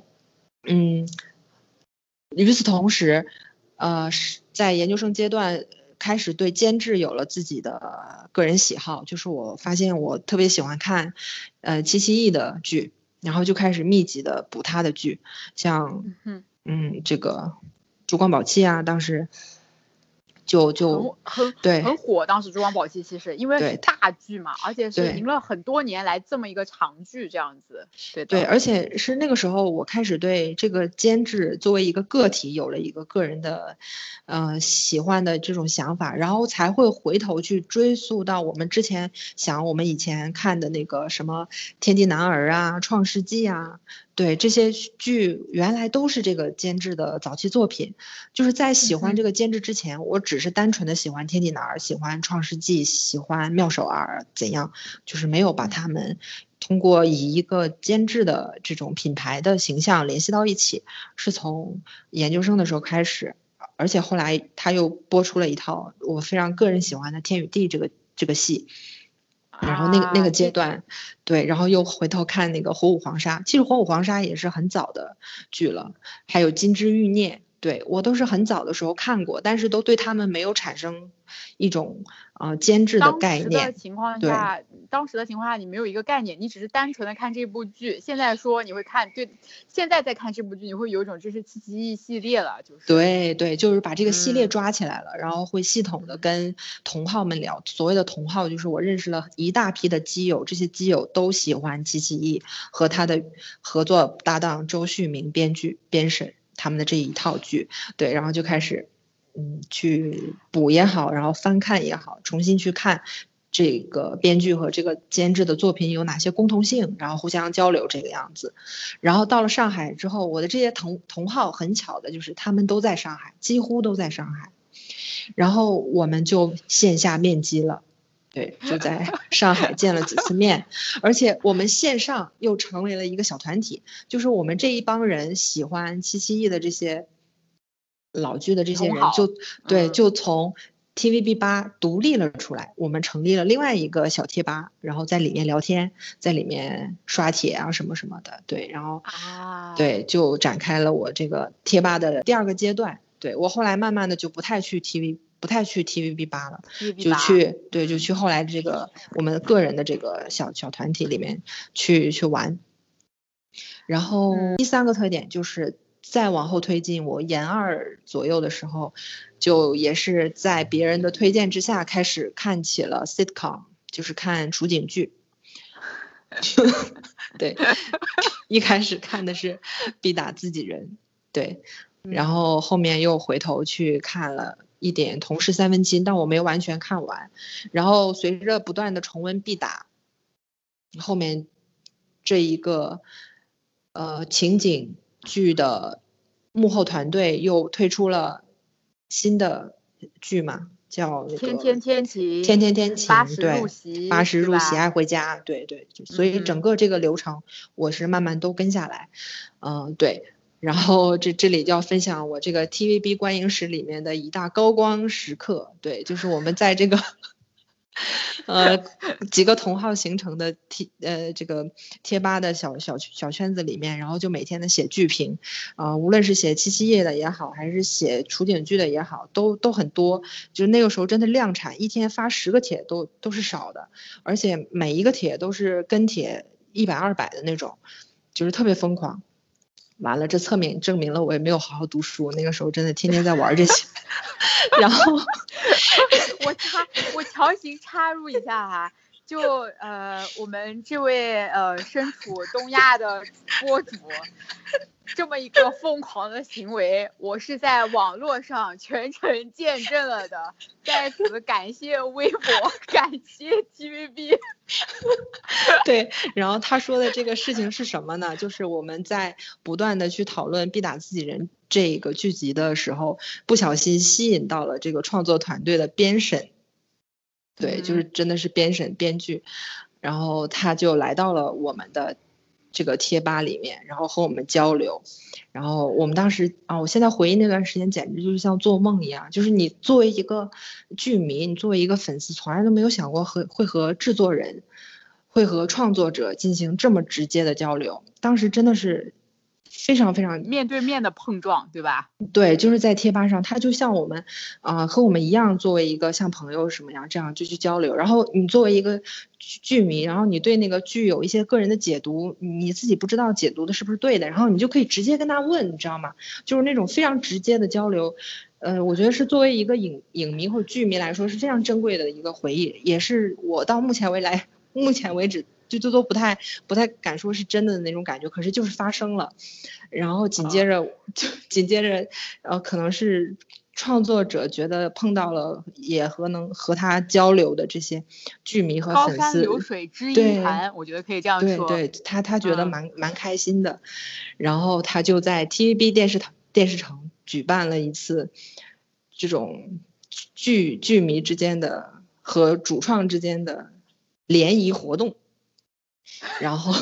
与此同时，在研究生阶段开始对监制有了自己的个人喜好，就是我发现我特别喜欢看戚其义的剧，然后就开始密集的补他的剧，像这个烛光宝气啊，当时就很火，当时烛光宝气其实因为是大剧嘛，而且是迎了很多年来这么一个长剧这样子， 对，而且是那个时候我开始对这个监制作为一个个体有了一个个人的喜欢的这种想法，然后才会回头去追溯到我们之前我们以前看的那个什么天地男儿啊、创世纪啊，对，这些剧原来都是这个监制的早期作品，就是在喜欢这个监制之前，我只是单纯的喜欢天地男儿、喜欢创世纪、喜欢妙手儿怎样，就是没有把他们通过以一个监制的这种品牌的形象联系到一起，是从研究生的时候开始，而且后来他又播出了一套我非常个人喜欢的《天与地》这个戏。然后那个阶段，对，然后又回头看那个《火舞黄沙》，其实《火舞黄沙》也是很早的剧了，还有《金枝欲孽》，对，我都是很早的时候看过，但是都对他们没有产生一种监制的概念。 当时的情况下你没有一个概念，你只是单纯的看这部剧。现在说你会看，对，现在再看这部剧，你会有一种这是戚其义系列了，就是对，就是把这个系列抓起来了，然后会系统的跟同好们聊。所谓的同好，就是我认识了一大批的基友，这些基友都喜欢戚其义和他的合作搭档周旭明编剧编审他们的这一套剧，对，然后就开始去补也好，然后翻看也好，重新去看这个编剧和这个监制的作品有哪些共同性，然后互相交流这个样子。然后到了上海之后，我的这些同好很巧的就是他们都在上海，几乎都在上海，然后我们就线下面基了，对，就在上海见了几次面，而且我们线上又成为了一个小团体，就是我们这一帮人喜欢戚其义的这些老剧的这些人就从TVB8独立了出来，我们成立了另外一个小贴吧，然后在里面聊天，在里面刷帖啊什么什么的，对，然后对，就展开了我这个贴吧的第二个阶段。对，我后来慢慢的就不太去 TVB8了，就去后来这个我们个人的这个小团体里面去玩。然后第三个特点就是再往后推进，我研二左右的时候，就也是在别人的推荐之下开始看起了 sitcom， 就是看处境剧。对，一开始看的是必打自己人，对，然后后面又回头去看了一点同事三分亲，但我没有完全看完。然后随着不断的重温必打，后面这一个情景剧的幕后团队又推出了新的剧嘛，叫那个天天天晴， 八十入席爱回家，对，所以整个这个流程我是慢慢都跟下来，对。然后这里就要分享我这个 TVB 观影史里面的一大高光时刻，对，就是我们在这个几个同好形成的这个贴吧的小圈子里面，然后就每天的写剧评，无论是写七夕夜的也好，还是写处境剧的也好，都很多。就是那个时候真的量产，一天发10个帖都是少的，而且每一个帖都是跟帖100、200的那种，就是特别疯狂。完了，这侧面证明了我也没有好好读书，那个时候真的天天在玩这些。然后我强行插入一下哈，就我们这位身处东亚的播主这么一个疯狂的行为，我是在网络上全程见证了的，在此感谢微博，感谢 TVB。 对，然后他说的这个事情是什么呢？就是我们在不断的去讨论必打自己人这个剧集的时候，不小心吸引到了这个创作团队的编审对，就是真的是编审编剧，然后他就来到了我们的这个贴吧里面，然后和我们交流。然后我们当时我现在回忆那段时间简直就是像做梦一样，就是你作为一个剧迷，你作为一个粉丝，从来都没有想过会和制作人会和创作者进行这么直接的交流，当时真的是非常非常面对面的碰撞，对吧？ 对，就是在贴吧上，他就像我们和我们一样，作为一个像朋友什么样这样就去交流。然后你作为一个剧迷，然后你对那个剧有一些个人的解读，你自己不知道解读的是不是对的，然后你就可以直接跟他问，你知道吗？就是那种非常直接的交流。我觉得是作为一个影迷或者剧迷来说是非常珍贵的一个回忆，也是我到目前为止就都不太敢说是真的那种感觉，可是就是发生了。然后紧接着可能是创作者觉得碰到了也能和他交流的这些剧迷和粉丝， 高山流水知音盘，我觉得可以这样说。 对，他觉得蛮开心的。然后他就在 TVB 电视城举办了一次这种剧迷之间的和主创之间的联谊活动，然后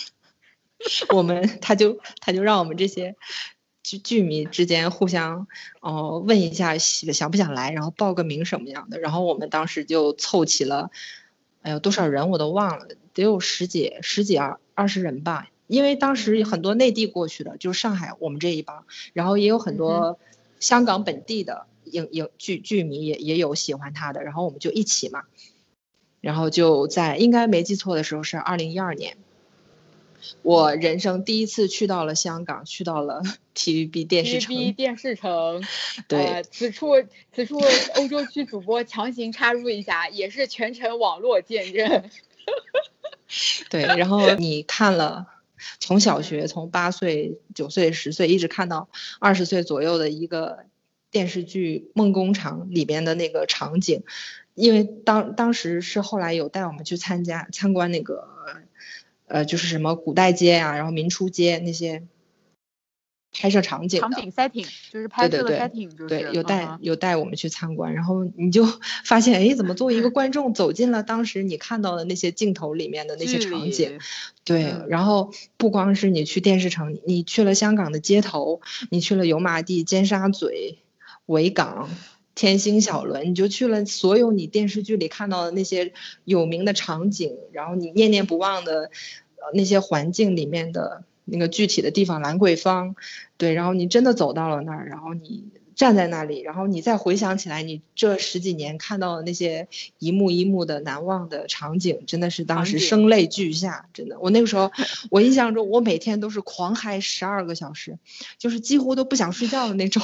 他就让我们这些剧迷之间互相问一下想不想来，然后报个名什么样的。然后我们当时就凑齐了，多少人我都忘了，得有十几20人吧。因为当时很多内地过去的，就是上海我们这一帮，然后也有很多香港本地的剧迷也有喜欢他的，然后我们就一起嘛。然后就在应该没记错的时候是2012年，我人生第一次去到了香港，去到了 TVB 电视城。 TVB 电视城， 对， 此处欧洲区主播强行插入一下，也是全程网络见证。 对，然后你看了从小学从8岁9岁10岁一直看到20岁左右的一个电视剧梦工厂里边的那个场景。因为当时是后来有带我们去参观那个就是什么古代街啊，然后民初街那些拍摄场景 setting， 就是拍摄的 setting， 就是对，有带我们去参观。然后你就发现怎么作为一个观众走进了当时你看到的那些镜头里面的那些场景。对，然后不光是你去电视城，你去了香港的街头，你去了油麻地、尖沙咀、维港、天星小轮，你就去了所有你电视剧里看到的那些有名的场景，然后你念念不忘的那些环境里面的那个具体的地方，兰桂坊。对，然后你真的走到了那儿，然后你站在那里，然后你再回想起来你这10几年看到的那些一幕一幕的难忘的场景，真的是当时声泪俱下。真的，我那个时候我印象中我每天都是狂嗨12个小时，就是几乎都不想睡觉的那种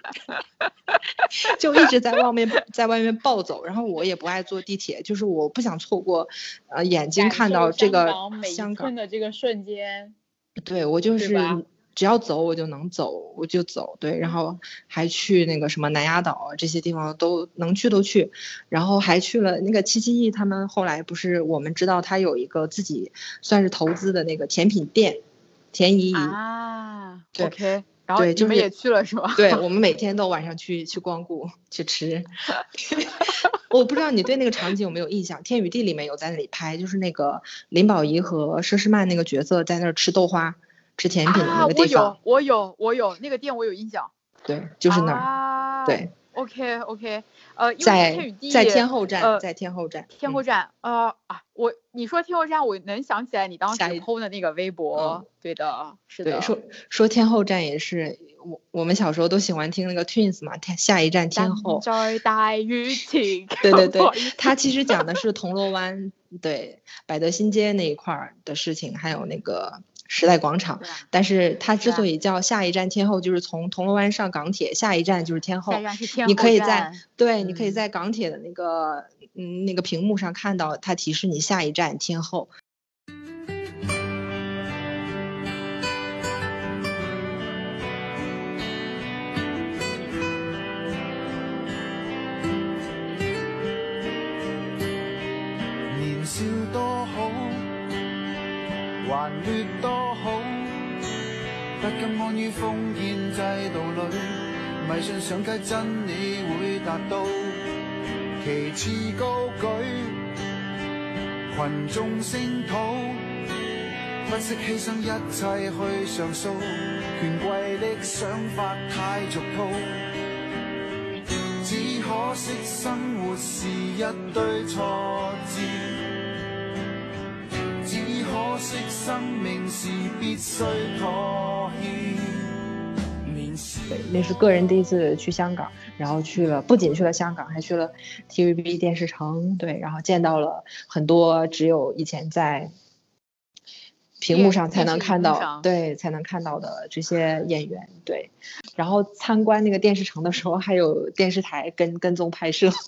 就一直在外面暴走。然后我也不爱坐地铁，就是我不想错过眼睛看到这个香港的这个瞬间。 对，我就是只要走我就能走，我就走。对，然后还去那个什么南丫岛这些地方都能去都去。然后还去了那个7亿他们后来不是我们知道他有一个自己算是投资的那个甜品店田姨啊。 对 OK， 然后你们也去了是吧？ 对，我们每天都晚上去光顾去吃我不知道你对那个场景有没有印象，天与地里面有在那里拍，就是那个林保怡和佘诗曼那个角色在那儿吃豆花吃甜品的那个地方。 我有那个店我有印象。 对，就是那儿。对 OK， 在天后站，在天后站。 你说天后站，我能想起来你当时 PO 的那个微博。对的，是的。 对，说天后站也是我们小时候都喜欢听那个 Twins 嘛，下一站天后。 在大雨天。 对，它其实讲的是铜锣湾对百德新街那一块的事情，还有那个时代广场。但是它之所以叫下一站天后，就是从铜锣湾上港铁，下一站就是天后。 下一站是天后站。 你可以在港铁的那个屏幕上看到它提示你下一站天后。 年少多好，還劣多好，不甘安於封建制度裏，迷信上街真理會達到。 旗幟高舉，群眾聲討，不惜犧牲一切去上訴，權貴的想法太俗套，只可惜生活是一堆挫折，只可惜生命是必須妥協。 对，那是个人第一次去香港，然后不仅去了香港，还去了 TVB 电视城，对，然后见到了很多只有以前在屏幕上才能看到，对，才能看到的这些演员，对，然后参观那个电视城的时候，还有电视台跟踪拍摄。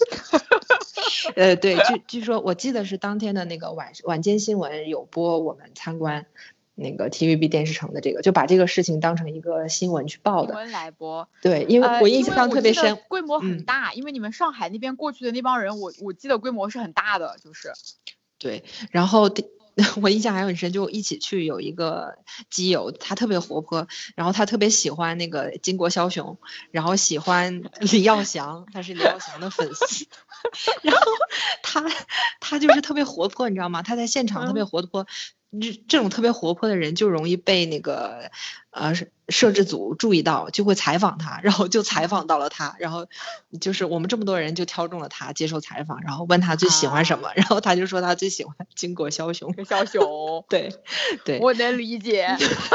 对，据说我记得是当天的那个晚间新闻有播我们参观那个 TVB 电视城的这个，就把这个事情当成一个新闻去报的。 新闻来播。 对，因为我印象特别深， 规模很大，因为你们上海那边过去的那帮人，我记得规模是很大的，就是。 对，然后我印象还很深，就一起去有一个基友，他特别活泼，然后他特别喜欢那个巾帼枭雄，然后喜欢李耀祥，他是李耀祥的粉丝。然后他就是特别活泼，你知道吗？他在现场特别活泼。这种特别活泼的人就容易被那个摄制组注意到，就会采访他，然后就采访到了他，然后就是我们这么多人就挑中了他接受采访，然后问他最喜欢什么，然后他就说他最喜欢巾帼枭雄。 枭雄， 对， 我能理解。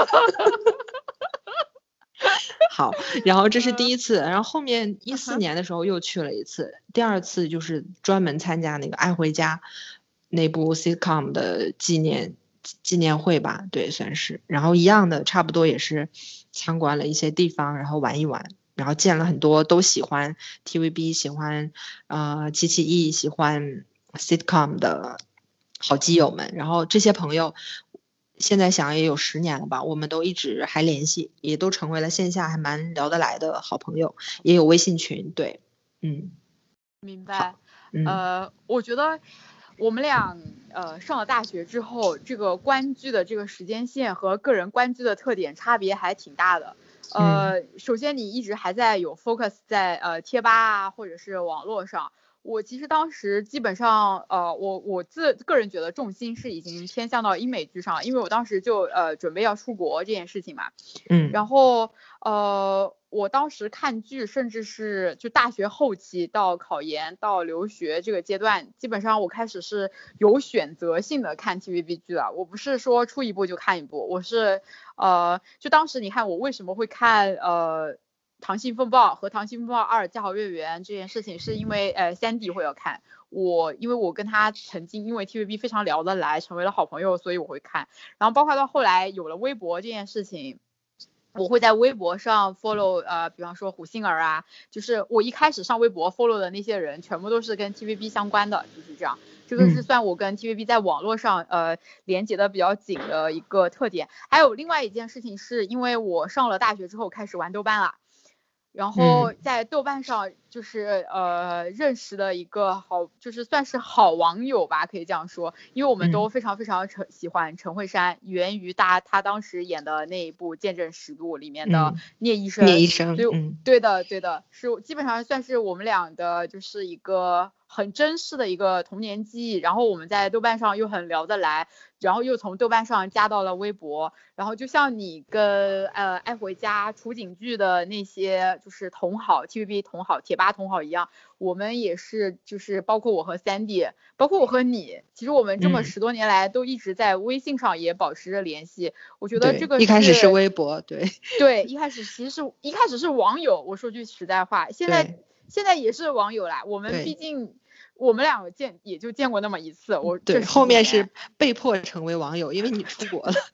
好，然后这是第一次，然后后面14年的时候又去了一次，第二次就是专门参加那个《爱回家》那部 sitcom 的纪念会吧，对，算是，然后一样的，差不多也是参观了一些地方，然后玩一玩，然后见了很多都喜欢 TVB 喜欢七七一喜欢 sitcom 的好基友们，然后这些朋友现在想也有10年了吧，我们都一直还联系，也都成为了线下还蛮聊得来的好朋友，也有微信群，对， 明白。我觉得我们俩上了大学之后，这个观剧的这个时间线和个人观剧的特点差别还挺大的。首先你一直还在有 focus 在贴吧啊或者是网络上，我其实当时基本上我个人觉得重心是已经偏向到英美剧上，因为我当时就准备要出国这件事情嘛。然后我当时看剧，甚至是就大学后期到考研到留学这个阶段，基本上我开始是有选择性的看 TVB 剧了。我不是说出一部就看一部，我是就当时你看我为什么会看溏心风暴和溏心风暴2家好月圆这件事情，是因为Sandy 会要看因为我跟他曾经因为 TVB 非常聊得来，成为了好朋友，所以我会看。然后包括到后来有了微博这件事情，我会在微博上 follow 比方说胡杏儿啊，就是我一开始上微博 follow 的那些人全部都是跟 TVB 相关的，就是这样。这个是算我跟 TVB 在网络上连接的比较紧的一个特点。还有另外一件事情是因为我上了大学之后开始玩豆瓣了，然后在豆瓣上就是认识的一个就是算是好网友吧，可以这样说，因为我们都非常非常喜欢陈慧珊，源于他当时演的那一部《见证实录》里面的聂医生。所以对的，是基本上算是我们俩的就是一个很真实的一个童年记忆，然后我们在豆瓣上又很聊得来，然后又从豆瓣上加到了微博，然后就像你跟爱回家楚景剧的那些就是同好 TVB 同好贴吧同好一样，我们也是就是包括我和 Sandy 包括我和你，其实我们这么10多年来都一直在微信上也保持着联系。我觉得这个一开始是微博，对， 一开始是网友，我说句实在话，现在也是网友啦，我们毕竟我们两个也就见过那么一次， 对，后面是被迫成为网友，因为你出国了。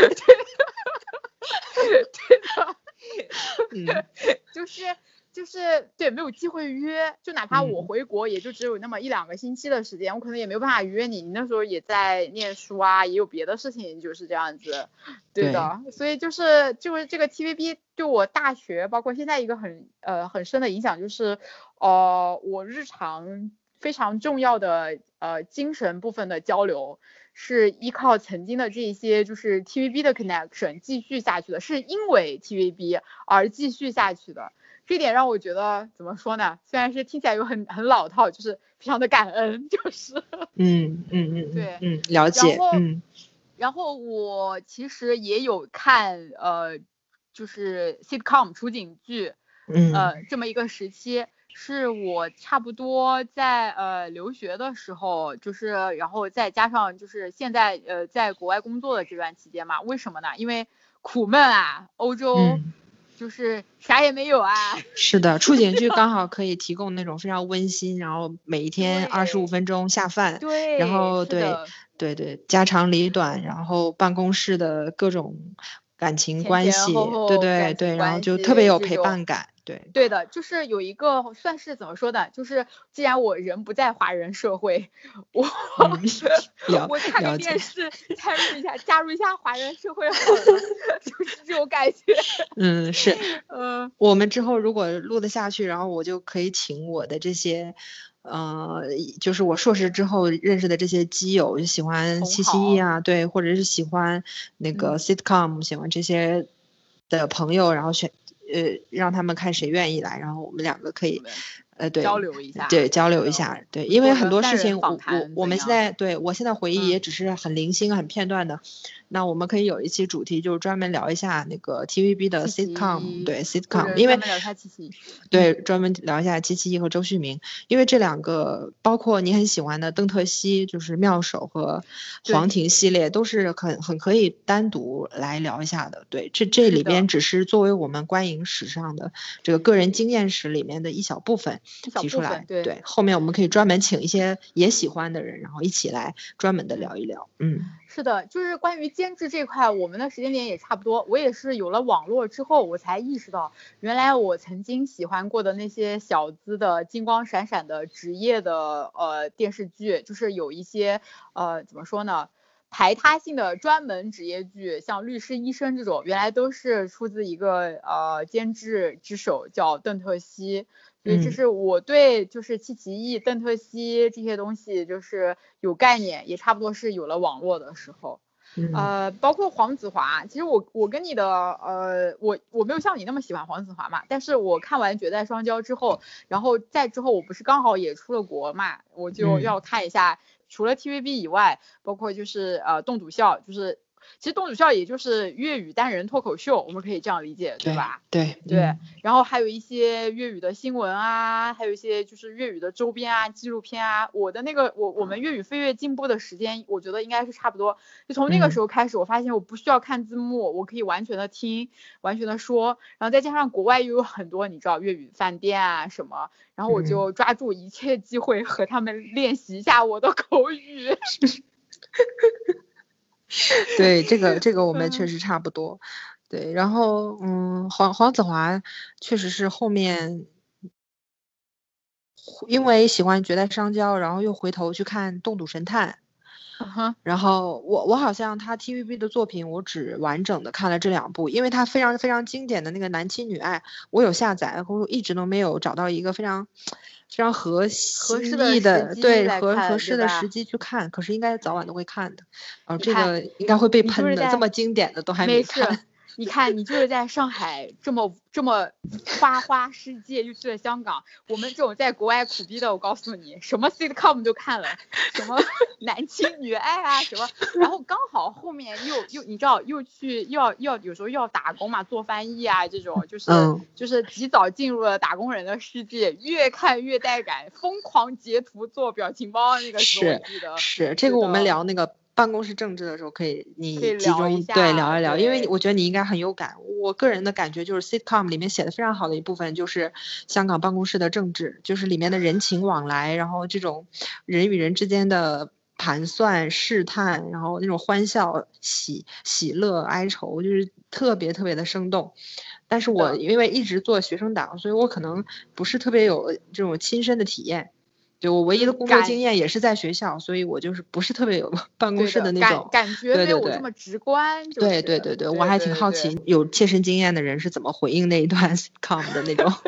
对的，就是对，没有机会约，就哪怕我回国也就只有那么1-2个星期的时间，我可能也没有办法约你，你那时候也在念书啊，也有别的事情，就是这样子。对的，所以就是这个 TVB 对我大学包括现在一个很深的影响，就是我日常非常重要的精神部分的交流是依靠曾经的这些就是 TVB 的 connection 继续下去的，是因为 TVB 而继续下去的。 这点让我觉得怎么说呢？虽然是听起来又很老套，就是非常的感恩，就是对， 了解。 然后我其实也有看就是 sitcom 处境剧，这么一个时期。是我差不多在留学的时候，就是然后再加上就是现在在国外工作的这段期间嘛。为什么呢？因为苦闷啊，欧洲就是啥也没有啊。 是的，处境剧刚好可以提供那种非常温馨，然后每一天25分钟下饭， 对， 然后对，家长里短，然后办公室的各种感情关系，对，然后就特别有陪伴感。 对的，就是有一个算是怎么说的，就是既然我人不在华人社会，我看个电视参与一下，加入一下华人社会好了，就是这种感觉。 是，我们之后如果录得下去，然后我就可以请我的这些就是我硕士之后认识的这些基友，就喜欢771啊，对，或者是喜欢那个 sitcom，喜欢这些的朋友，然后让他们看谁愿意来，然后我们两个可以对交流一下， 对，交流一下，对，因为很多事情我们现在我现在回忆也只是很零星很片段的。那我们可以有一期主题就是专门聊一下那个 TVB 的 sitcom， 对 sitcom， 因为对专门聊一下771和周旭明，因为这两个包括你很喜欢的邓特西，就是妙手和黄庭系列，都是很可以单独来聊一下的。对，这里边只是作为我们观影史上的这个个人经验史里面的一小部分提出来。对，后面我们可以专门请一些也喜欢的人，然后一起来专门的聊一聊。 是的，就是关于监制这块，我们的时间点也差不多。我也是有了网络之后，我才意识到，原来我曾经喜欢过的那些小资的金光闪闪的职业的电视剧，就是有一些怎么说呢，排他性的专门职业剧，像律师、医生这种，原来都是出自一个监制之手，叫邓特西。所以这是我对就是771、邓特西这些东西就是有概念，也差不多是有了网络的时候。包括黄子华，其实我跟你的我没有像你那么喜欢黄子华嘛，但是我看完《绝代双骄》之后，然后再之后我不是刚好也出了国嘛，我就要看一下，除了 TVB 以外，包括就是栋笃笑，就是其实栋笃笑也就是粤语单人脱口秀，我们可以这样理解，对吧？ 对， 然后还有一些粤语的新闻啊，还有一些就是粤语的周边啊、纪录片啊。我的那个我们粤语飞跃进步的时间，我觉得应该是差不多。就从那个时候开始，我发现我不需要看字幕，我可以完全的听，完全的说。然后再加上国外又有很多你知道粤语饭店啊什么，然后我就抓住一切机会和他们练习一下我的口语。 对，这个我们确实差不多。对，然后黄子华确实是后面因为喜欢绝代双骄，然后又回头去看栋笃神探。然后我好像他 TVB 的作品我只完整的看了这2部，因为他非常非常经典的那个男亲女爱我有下载，我一直都没有找到一个非常合意的对合适的时机去看，可是应该早晚都会看的。这个应该会被喷的，这么经典的都还没看。 你看，你就是在上海这么花世界，又去了香港。我们这种在国外苦逼的，我告诉你，什么 sitcom 都看了，什么男亲女爱啊什么，然后刚好后面又你知道又去要有时候要打工嘛，做翻译啊这种，就是及早进入了打工人的世界，越看越带感，疯狂截图做表情包那个时候我记得是这个我们聊那个办公室政治的时候可以集中聊一聊，因为我觉得你应该很有感。我个人的感觉就是 sitcom 里面写的非常好的一部分就是香港办公室的政治，就是里面的人情往来，然后这种人与人之间的盘算试探，然后那种欢笑喜乐哀愁，就是特别特别的生动。但是我因为一直做学生党，所以我可能不是特别有这种亲身的体验。对，我唯一的工作经验也是在学校，所以我就是不是特别有办公室的那种感觉没有这么直观。 对，我还挺好奇有切身经验的人是怎么回应那一段 sitcom 的那种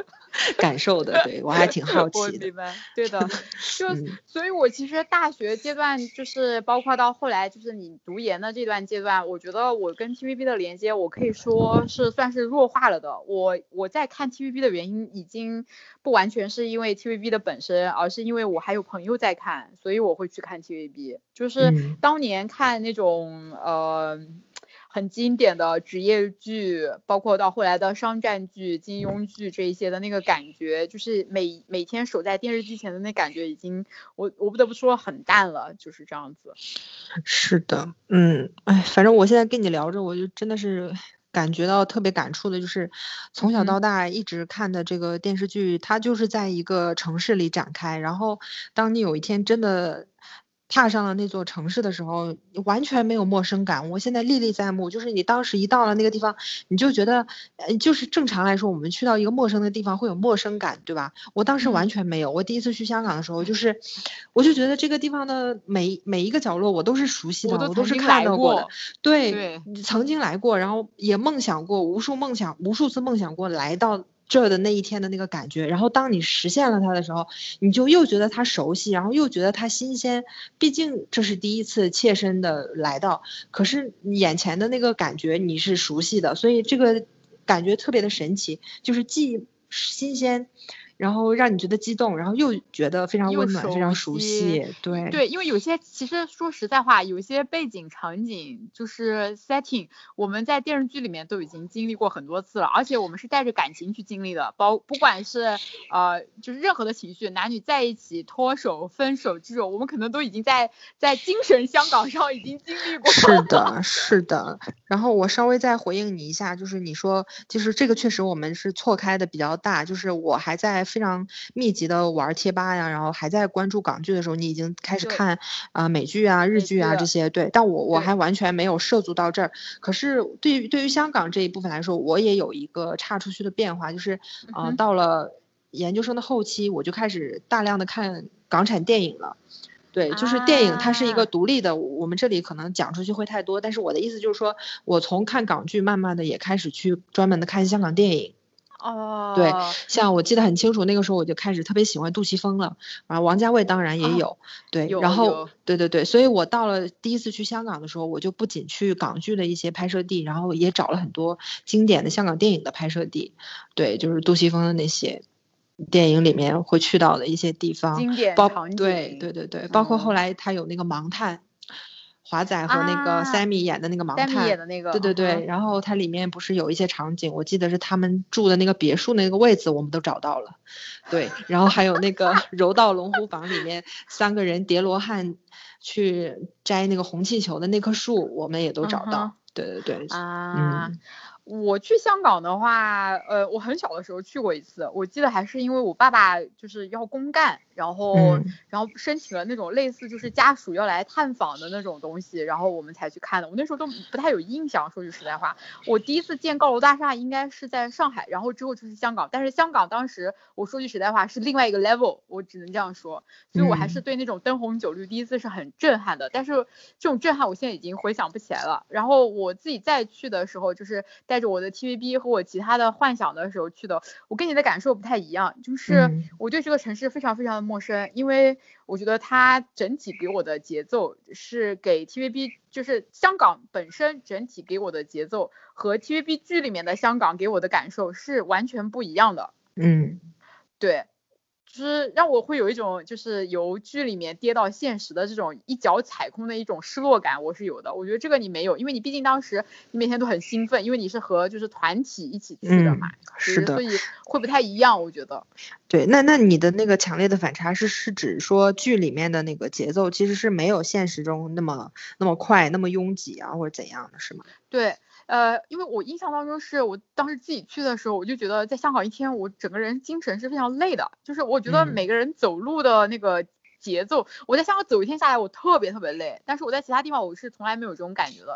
感受的，对我还挺好奇的。 我明白，对的，所以我其实大学阶段就是包括到后来就是你读研的这段阶段，我觉得我跟 TVB 的连接，我可以说是算是弱化了的。我在看 TVB 的原因已经不完全是因为 TVB 的本身，而是因为我还有朋友在看，所以我会去看 TVB。就是当年看那种很经典的职业剧，包括到后来的商战剧、金庸剧这一些的那个感觉，就是每天守在电视机前的那感觉已经我不得不说很淡了，就是这样子。 是的，反正我现在跟你聊着，我就真的是感觉到特别感触的，就是从小到大一直看的这个电视剧，它就是在一个城市里展开，然后当你有一天真的踏上了那座城市的时候，完全没有陌生感。我现在历历在目，就是你当时一到了那个地方，你就觉得，就是正常来说，我们去到一个陌生的地方会有陌生感，对吧？我当时完全没有。我第一次去香港的时候，我就觉得这个地方的每一个角落我都是熟悉的，我都是看到过的。对，曾经来过，然后也梦想过无数次梦想过来到这的那一天的那个感觉，然后当你实现了它的时候，你就又觉得它熟悉，然后又觉得它新鲜，毕竟这是第一次切身的来到，可是眼前的那个感觉你是熟悉的，所以这个感觉特别的神奇，就是既新鲜，然后让你觉得激动，然后又觉得非常温暖，非常熟悉。对， 因为有些其实说实在话，有些背景场景就是 setting， 我们在电视剧里面都已经经历过很多次了，而且我们是带着感情去经历的，不管是就是任何的情绪，男女在一起、脱手、分手这种，我们可能都已经在精神香港上已经经历过。 是的。然后我稍微再回应你一下，就是你说，就是这个确实我们是错开的比较大，就是我还在非常密集的玩贴吧呀，然后还在关注港剧的时候，你已经开始看美剧啊、日剧啊这些，对，但我还完全没有涉足到这儿。可是对于香港这一部分来说，我也有一个岔出去的变化，就是到了研究生的后期，我就开始大量的看港产电影了。对，就是电影它是一个独立的，我们这里可能讲出去会太多，但是我的意思就是说，我从看港剧慢慢的也开始去专门的看香港电影。对，像我记得很清楚，那个时候我就开始特别喜欢杜琪峰了，然后王家卫当然也有，对，然后对，所以我到了第一次去香港的时候，我就不仅去港剧的一些拍摄地，然后也找了很多经典的香港电影的拍摄地，对，就是杜琪峰的那些电影里面会去到的一些地方， 经典场景， 对，包括后来他有那个盲探，华仔和那个 Sammy 演的那个盲探， 演的那个， 对，然后它里面不是有一些场景，我记得是他们住的那个别墅那个位置我们都找到了，对，然后还有那个柔道龙虎坊里面3个人叠罗汉去摘那个红气球的那棵树我们也都找到，对我去香港的话，我很小的时候去过一次，我记得还是因为我爸爸就是要公干，然后申请了那种类似就是家属要来探访的那种东西，然后我们才去看的。我那时候都不太有印象，说句实在话，我第一次见高楼大厦应该是在上海，然后之后就是香港，但是香港当时我说句实在话是另外一个 level， 我只能这样说，所以我还是对那种灯红酒绿第一次是很震撼的，但是这种震撼我现在已经回想不起来了。然后我自己再去的时候，就是带着我的 TVB 和我其他的幻想的时候去的，我跟你的感受不太一样，就是我对这个城市非常非常的陌生，因为我觉得它整体给我的节奏是给 TVB 就是香港本身整体给我的节奏和 TVB 剧里面的香港给我的感受是完全不一样的。对，就是让我会有一种就是由剧里面跌到现实的这种一脚踩空的一种失落感，我是有的。我觉得这个你没有，因为你毕竟当时你每天都很兴奋，因为你是和就是团体一起去的嘛， 是的， 所以会不太一样，我觉得。 对，那你的那个强烈的反差是指说剧里面的那个节奏其实是没有现实中那么快，那么拥挤啊，或者怎样的，是吗？ 对。因为我印象当中是我当时自己去的时候，我就觉得在香港一天我整个人精神是非常累的，就是我觉得每个人走路的那个节奏，我在香港走一天下来我特别特别累，但是我在其他地方我是从来没有这种感觉的，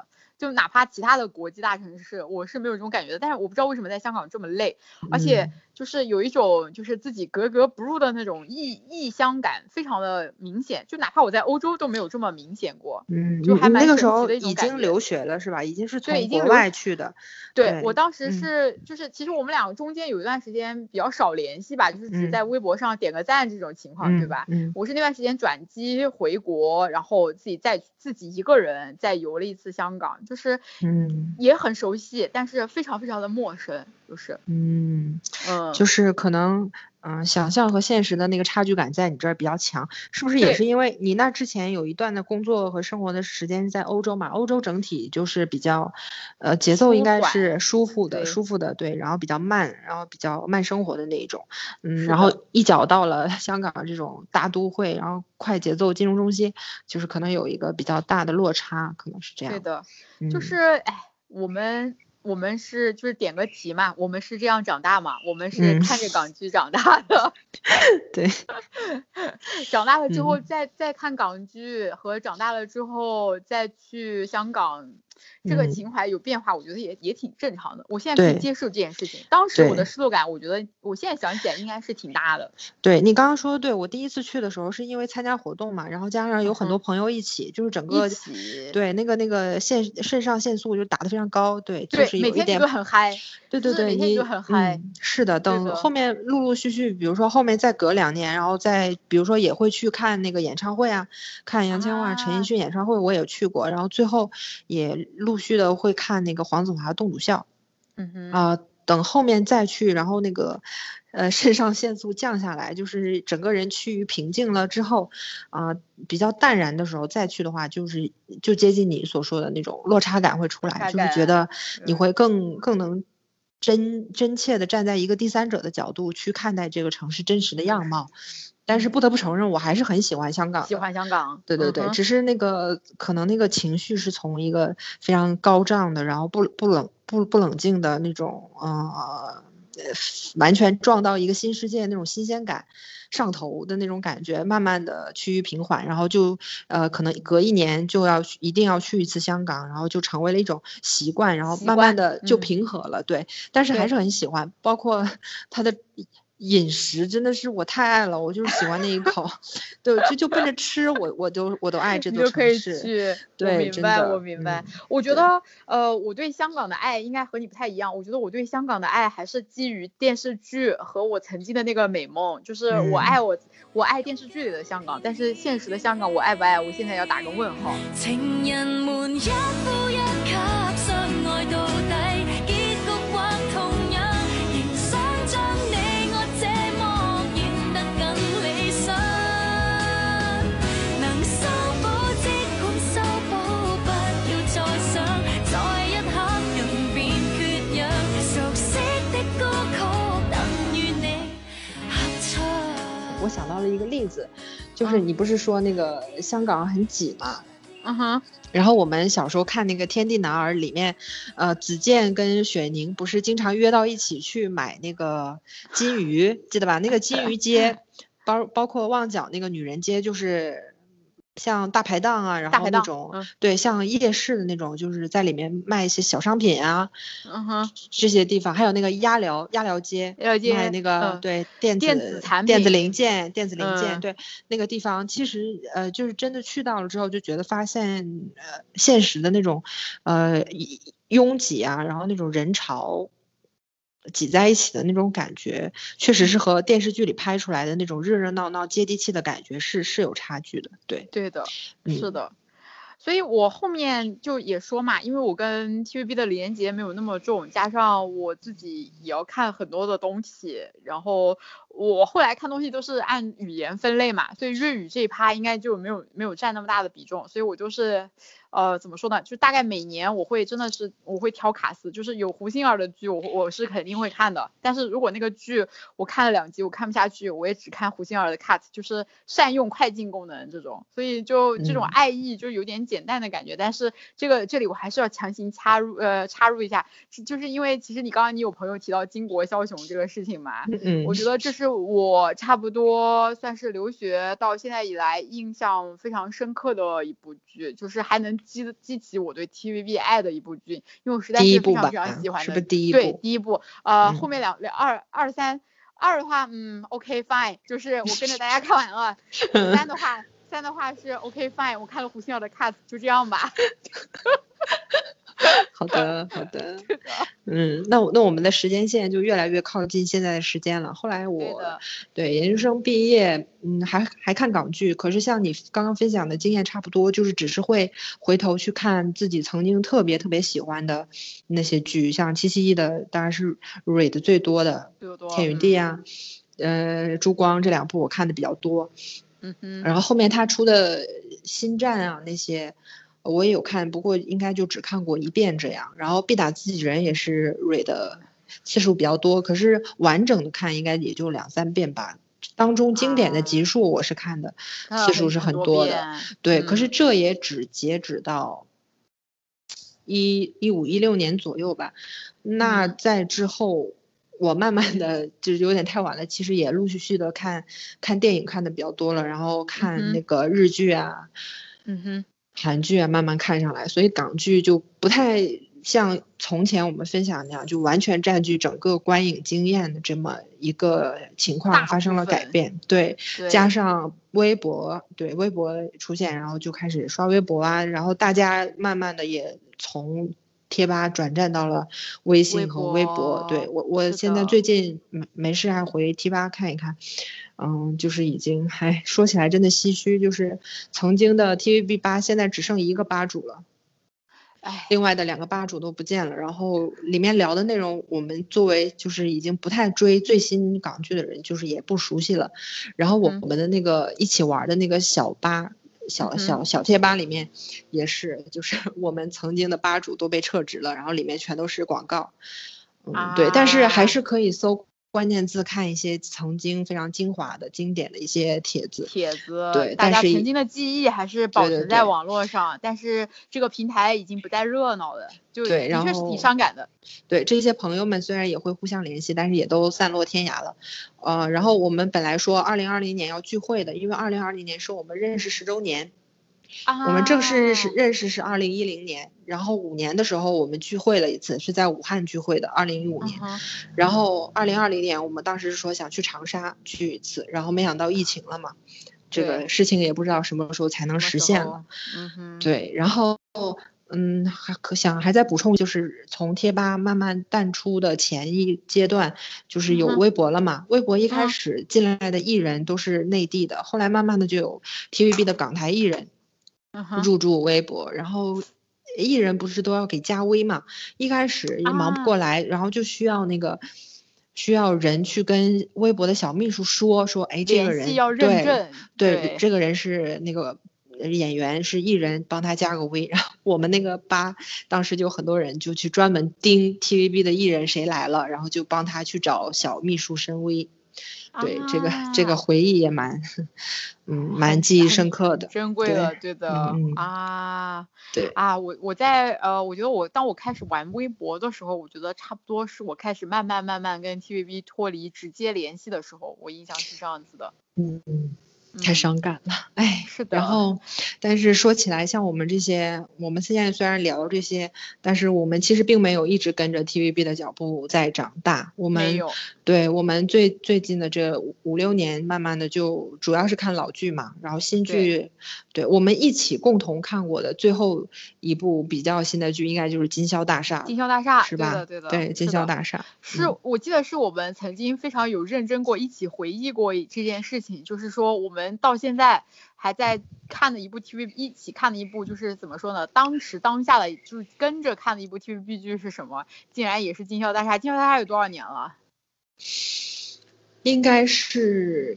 就哪怕其他的国际大城市我是没有这种感觉的，但是我不知道为什么在香港这么累，而且就是有一种就是自己格格不入的那种异乡感非常的明显，就哪怕我在欧洲都没有这么明显过。就还蛮神奇的一种感觉。 那个时候已经留学了是吧？已经是从国外去的。 对，我当时是就是其实我们两个中间有一段时间比较少联系吧，就是只在微博上点个赞这种情况，对吧？我是那段时间转机回国，然后自己一个人再游了一次香港，就是也很熟悉，但是非常非常的陌生，就是就是可能想象和现实的那个差距感在你这儿比较强，是不是也是因为你那之前有一段的工作和生活的时间在欧洲嘛？欧洲整体就是比较节奏应该是舒服的，对，然后比较慢，然后比较慢生活的那一种，然后一脚到了香港这种大都会，然后快节奏金融中心，就是可能有一个比较大的落差，可能是这样。 对的，就是我们是就是点个题嘛，我们是这样长大嘛，我们是看着港剧长大的。 对， 长大了之后再看港剧和长大了之后再去香港，这个情怀有变化，我觉得也挺正常的。我现在可以接受这件事情。当时我的失落感，我觉得我现在想起来应该是挺大的。 对，你刚刚说的对，我第一次去的时候是因为参加活动嘛，然后加上有很多朋友一起，就是整个对那个肾上腺素就打得非常高，对，就是有一点每天就很嗨。 对， 每天就很嗨。 是的，等后面陆陆续续，比如说后面再隔2年，然后再比如说也会去看那个演唱会啊，看杨千嬅、陈奕迅演唱会我也去过，然后最后也陆续的会看那个黄子华、冻笃笑。等后面再去，然后那个肾上腺素降下来，就是整个人趋于平静了之后比较淡然的时候再去的话，就接近你所说的那种落差感会出来，就是觉得你会更能真切的站在一个第三者的角度去看待这个城市真实的样貌。但是不得不承认，我还是很喜欢香港。 喜欢香港。 对，只是那个可能那个情绪是从一个非常高涨的，然后不冷静的那种完全撞到一个新世界那种新鲜感上头的那种感觉，慢慢的趋于平缓，然后就可能隔1年就一定要去一次香港，然后就成为了一种习惯，然后慢慢的就平和了。对，但是还是很喜欢，包括它的饮食真的是我太爱了，我就是喜欢那一口。对，就奔着吃，我都爱这座城市。对， 我明白。我觉得我对香港的爱应该和你不太一样。我觉得我对香港的爱还是基于电视剧和我曾经的那个美梦，就是我爱电视剧里的香港，但是现实的香港我爱不爱，我现在要打个问号。 情人們一呼一吸相愛到底，結局或同樣，仍想將你我這麼演得更理想，能修補即管修補，不要再想，在一刻人便缺氧，熟悉的歌曲等於你合唱。 我想到了一个例子，就是你不是說那個香港很擠嘛？然後我們小時候看那個《天地男兒》裡面，子健跟雪寧不是經常約到一起去買那個金魚，記得吧？那個金魚街，包括旺角那個女人街，就是像大排檔啊，然後那種對，像夜市的那種，就是在裡面賣一些小商品啊，這些地方，還有那個鴨寮街，賣那個對電子零件，對，那個地方其實就是真的去到了之後，就覺得發現現實的那種擁擠啊，然後那種人潮擠在一起的那種感覺，確實是和電視劇裡拍出來的那種熱熱鬧鬧接地氣的感覺是有差距的。對的，是的。所以我後面就也說嘛，因為我跟 TVB 的連結沒有那麼重，加上我自己也要看很多的東西，然後我後來看東西都是按語言分類嘛，所以粵語這一趴應該就沒有佔那麼大的比重，所以我就是怎麼說呢，就大概每年我會挑卡司，就是有胡杏兒的劇我是肯定會看的，但是如果那個劇我看了2集我看不下去，我也只看胡杏兒的 cut， 就是善用快進功能這種，所以就這種愛意就有點簡單的感覺，但是這裡我還是要強行插入一下，就是因為其實你剛剛你有朋友提到巾幗梟雄這個事情嘛，我覺得這是是我差不多算是留学到现在以来印象非常深刻的一部剧，就是还能激起我对 TVB 爱的一部剧，因为我实在是非常非常喜欢的。 是不是第一部？ 对，第一部。后面二三的话，OK fine， 就是我跟着大家看完了。三的话是 OK fine， 我看了胡杏儿的 cut， 就这样吧。 好的。那我们的时间线就越来越靠近现在的时间了。后来我对研究生毕业，还看港剧，可是像你刚刚分享的经验差不多，就是只是会回头去看自己曾经特别特别喜欢的那些剧，像七七一的当然是蕊的最多的天与地啊，珠光这2部我看的比较多。然后后面他出的星战啊那些我也有看，不过应该就只看过1遍这样。然后必打自己人也是蕊的次数比较多，可是完整的看应该也就2、3遍吧。当中经典的集数我是看的次数是很多的，对。可是这也只截止到15、16年左右吧。那在之后我慢慢的就是有点太晚了，其实也陆续的看电影看的比较多了，然后看那个日剧啊，韩剧啊慢慢看上来，所以港剧就不太像从前我们分享那样就完全占据整个观影经验的这么一个情况发生了改变。对，加上微博出现，然后就开始刷微博啊，然后大家慢慢的也从贴吧转战到了微信和微博。对，我现在最近没事还回贴吧看一看。就是已经还说起来真的唏嘘，就是曾经的 TVB8 现在只剩1个吧主了，另外的2个吧主都不见了。然后里面聊的内容我们作为就是已经不太追最新港剧的人就是也不熟悉了。然后我们的那个一起玩的那个小贴吧里面也是，就是我们曾经的吧主都被撤职了，然后里面全都是广告。对，但是还是可以搜关键字看一些曾经非常精华的经典的一些帖子，对， 大家曾经的记忆还是保存在网络上，但是这个平台已经不再热闹了，就的确是挺伤感的。 对，这些朋友们虽然也会互相联系，但是也都散落天涯了。然后我们本来说2020年要聚会的，因为2020年是我们认识10周年。我们正式认识是2010年，然后5年的时候我们聚会了一次，是在武汉聚会的2015年。然后2020年我们当时是说想去长沙聚一次，然后没想到疫情了嘛，这个事情也不知道什么时候才能实现了。对，然后还在补充，就是从贴吧慢慢淡出的前一阶段，就是有微博了嘛。微博一开始进来的艺人都是内地的，后来慢慢的就有 TVB 的港台艺人入驻微博，然后艺人不是都要给加微嘛，一开始也忙不过来，然后就需要人去跟微博的小秘书说，哎，这个人要认证， 对，这个人是那个演员是艺人，帮他加个微。然后我们那个吧当时就很多人就去专门盯 TVB 的艺人谁来了，然后就帮他去找小秘书申微。对，这个回忆也蛮记忆深刻的， 珍贵的，对的。 对啊，我在我觉得当我开始玩微博的时候，我觉得差不多是我开始慢慢跟 TVB 脱离直接联系的时候，我印象是这样子的。 太伤感了，哎， 是的。 然后，但是说起来，像我们这些，我们现在虽然聊这些，但是我们其实并没有一直跟着 TVB 的脚步在长大。 没有。 对，我们最近的这5、6年，慢慢的就主要是看老剧嘛，然后新剧，对，我们一起共同看过的最后一部比较新的剧，应该就是《金宵大厦》。 金宵大厦是吧？ 对的。 对，金宵大厦我记得是我们曾经非常有认真过，一起回忆过这件事情，就是说我们到现在还在看的一部 TVB 一起看的一部，就是怎么说呢？当下的就是跟着看的一部 TVB 剧是什么？竟然也是金宵大厦。金宵大厦有多少年了？ 应该是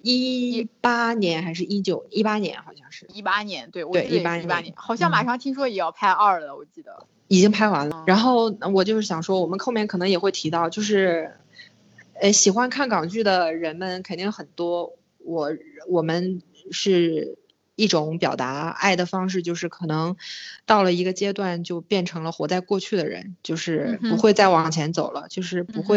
18年还是18年？好像是 18年。对，我记得18年，好像马上听说也要拍2了，我记得已经拍完了。然后我就是想说，我们后面可能也会提到，就是喜欢看港剧的人们肯定很多。我们是一种表达爱的方式，就是可能到了一个阶段就变成了活在过去的人，就是不会再往前走了，就是不会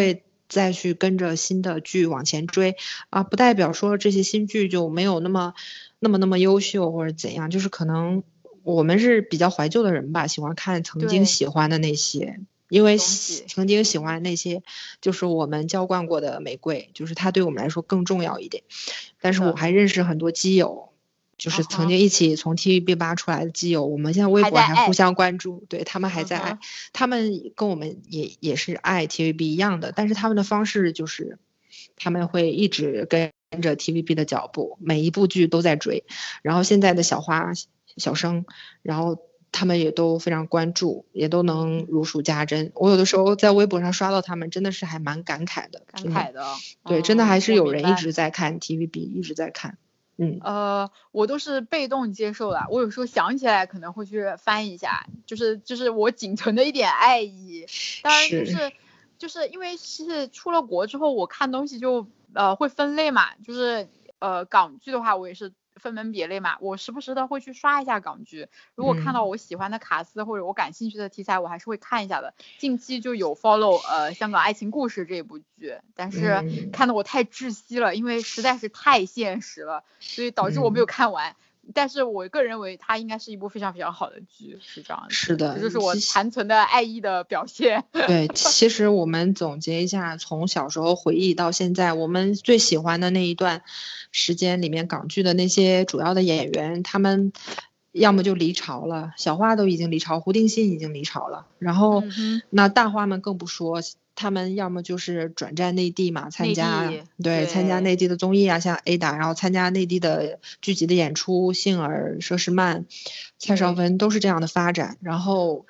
再去跟着新的剧往前追啊，不代表说这些新剧就没有那么优秀或者怎样，就是可能我们是比较怀旧的人吧，喜欢看曾经喜欢的那些，因为曾经喜欢那些就是我们浇灌过的玫瑰，就是它对我们来说更重要一点。但是我还认识很多基友，就是曾经一起从 TVB8 出来的基友，我们现在微博还互相关注，对，他们还在爱，他们跟我们也是爱 TVB 一样的，但是他们的方式就是他们会一直跟着 TVB 的脚步，每一部剧都在追，然后现在的小花小生，然后他们也都非常关注，也都能如数家珍。我有的时候在微博上刷到他们，真的是还蛮感慨的，对，真的还是有人一直在看 TVB， 一直在看。 我都是被动接受的，我有时候想起来可能会去翻一下，就是我仅存的一点爱意。当然就是因为是出了国之后，我看东西就会分类嘛，就是港剧的话我也是分门别类嘛，我时不时的会去刷一下港剧，如果看到我喜欢的卡司或者我感兴趣的题材，我还是会看一下的。近期就有 follow 香港爱情故事这一部剧，但是看得我太窒息了，因为实在是太现实了，所以导致我没有看完。但是我个人认为它应该是一部非常非常好的剧，是这样的。 是的， 这就是我残存的爱意的表现。 对，其实我们总结一下，从小时候回忆到现在，我们最喜欢的那一段时间里面，港剧的那些主要的演员，他们要么就离巢了，小花都已经离巢，胡定欣已经离巢了，然后那大花们更不说，他们要么就是转战内地嘛，参加内地的综艺啊，像 Ada， 然后参加内地的剧集的演出，杏儿、佘诗曼、蔡少芬都是这样的发展。然后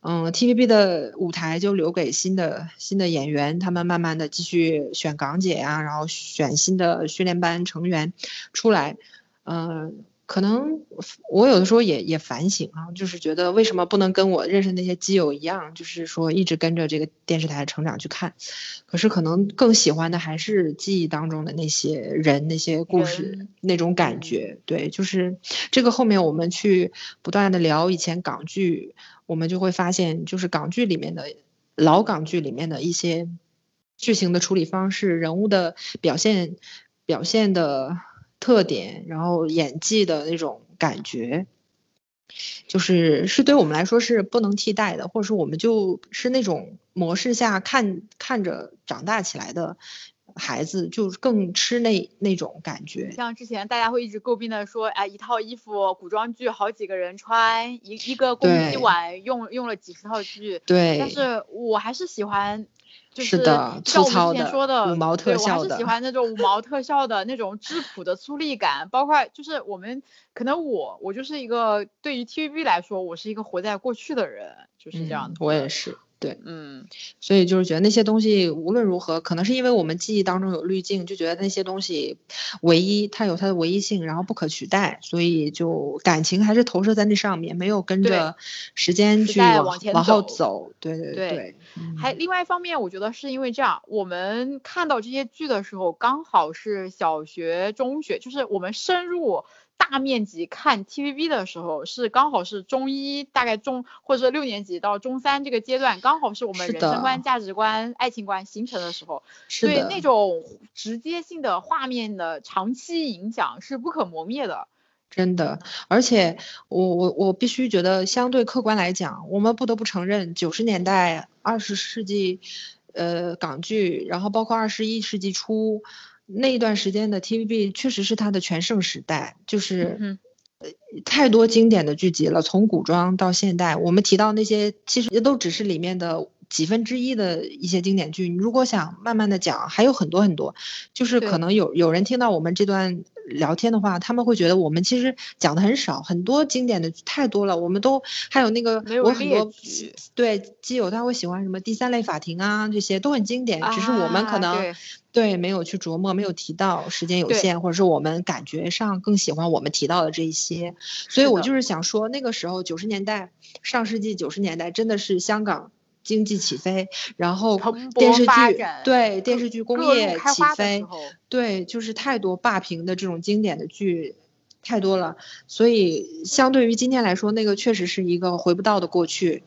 TVB 的舞台就留给新的演员，他们慢慢的继续选港姐啊，然后选新的训练班成员出来。可能我有的时候也反省啊，就是觉得为什么不能跟我认识那些基友一样，就是说一直跟着这个电视台成长去看。可是可能更喜欢的还是记忆当中的那些人、那些故事那种感觉。对，就是这个后面我们去不断的聊以前港剧，我们就会发现，就是港剧里面的老港剧里面的一些剧情的处理方式、人物的表现的特点，然后演技的那种感觉，就是对我们来说是不能替代的，或者说我们就是那种模式下看着长大起来的孩子，就更吃那种感觉。 像之前大家会一直诟病的说，哎，一套衣服古装剧好几个人穿，一个公鸡碗用了几十套剧。 对， 但是我还是喜欢。 是的，粗糙的五毛特效的， 我还是喜欢那种五毛特效的那种质朴的粗粝感，包括就是我们可能我就是一个对于 TVB 来说，我是一个活在过去的人，就是这样的。 我也是。对，所以就是觉得那些东西无论如何，可能是因为我们记忆当中有滤镜，就觉得那些东西唯一，它有它的唯一性，然后不可取代，所以就感情还是投射在那上面，没有跟着时间去往后走。对。 还另外一方面，我觉得是因为这样，我们看到这些剧的时候，刚好是小学、中学，就是我们深入大面积看 TVB 的时候，是刚好是中一，大概或者6年级到中3这个阶段，刚好是我们人生观、价值观、爱情观形成的时候，所以那种直接性的画面的长期影响是不可磨灭的。 真的，而且我必须觉得，相对客观来讲，我们不得不承认，90年代20世纪港剧，然后包括21世纪初那一段时间的 TVB 确实是它的全盛时代，就是太多经典的剧集了，从古装到现代，我们提到那些其实也都只是里面的几分之一的一些经典剧，你如果想慢慢的讲，还有很多很多，就是可能有人听到我们这段聊天的话，他们会觉得我们其实讲的很少，很多经典的太多了，我们都还有那个我很多对基友他会喜欢什么第三类法庭啊，这些都很经典，只是我们可能对没有去琢磨，没有提到，时间有限，或者是我们感觉上更喜欢我们提到的这一些，所以我就是想说那个时候90年代，上世纪90年代真的是香港经济起飞，然后电视剧工业起飞，对，就是太多霸屏的这种经典的剧太多了，所以相对于今天来说，那个确实是一个回不到的过去。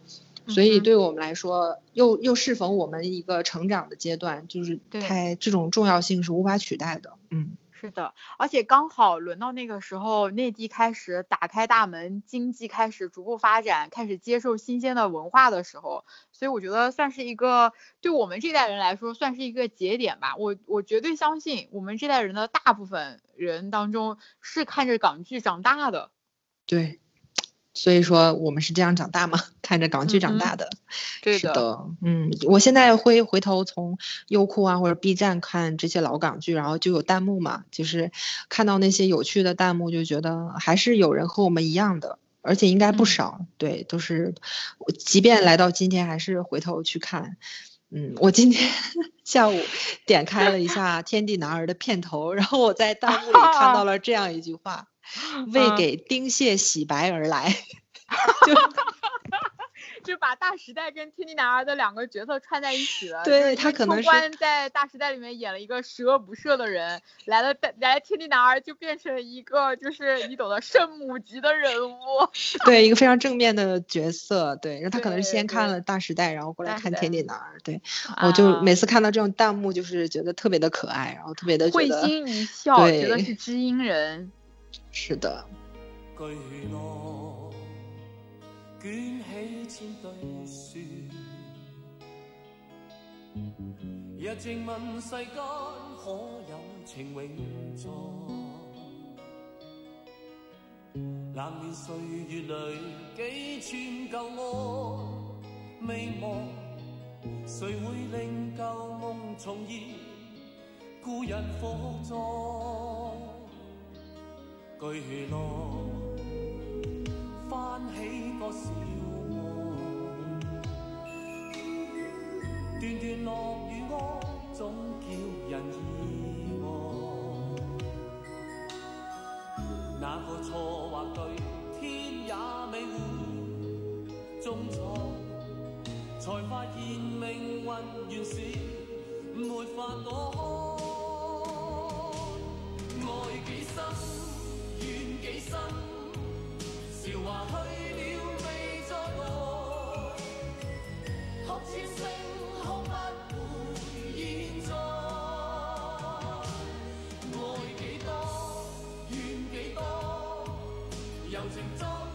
所以对我们来说，又适逢我们一个成长的阶段，就是这种重要性是无法取代的。 是的，而且刚好轮到那个时候，内地开始打开大门，经济开始逐步发展，开始接受新鲜的文化的时候，所以我觉得算是一个对我们这代人来说算是一个节点吧。我绝对相信我们这代人的大部分人当中是看着港剧长大的。 对。所以说我们是这样长大吗？看着港剧长大的。 对的。 是的。我现在会回头从优酷啊或者 B 站看这些老港剧，然后就有弹幕嘛，就是看到那些有趣的弹幕，就觉得还是有人和我们一样的，而且应该不少。对，都是即便来到今天还是回头去看。我今天下午点开了一下《天地男儿》的片头，然后我在弹幕里看到了这样一句话：为给丁蟹洗白而来。 就把大时代跟天地男儿的两个角色串在一起了。 对，他可能是秋官在大时代里面演了一个十恶不赦的人，来了天地男儿就变成一个就是你懂的圣母级的人物。 对，一个非常正面的角色。对，然后他可能是先看了大时代，然后过来看天地男儿。对，我就每次看到这种弹幕就是觉得特别的可爱，然后特别的会心一笑，觉得是知音人。 是的。 捲起千對樹，若靜問世間可有情永在？冷暖歲月裏幾串舊愛未忘，誰會令舊夢重現？故人火葬巨浪。翻起多少夢，段段落與哀，總叫人意外。那個錯或對，天也未會中錯，才發現命運原是沒法躲開。愛幾深，怨幾深。韶華去了未再來，哭千聲哭不回現在。愛幾多，怨幾多，柔情作。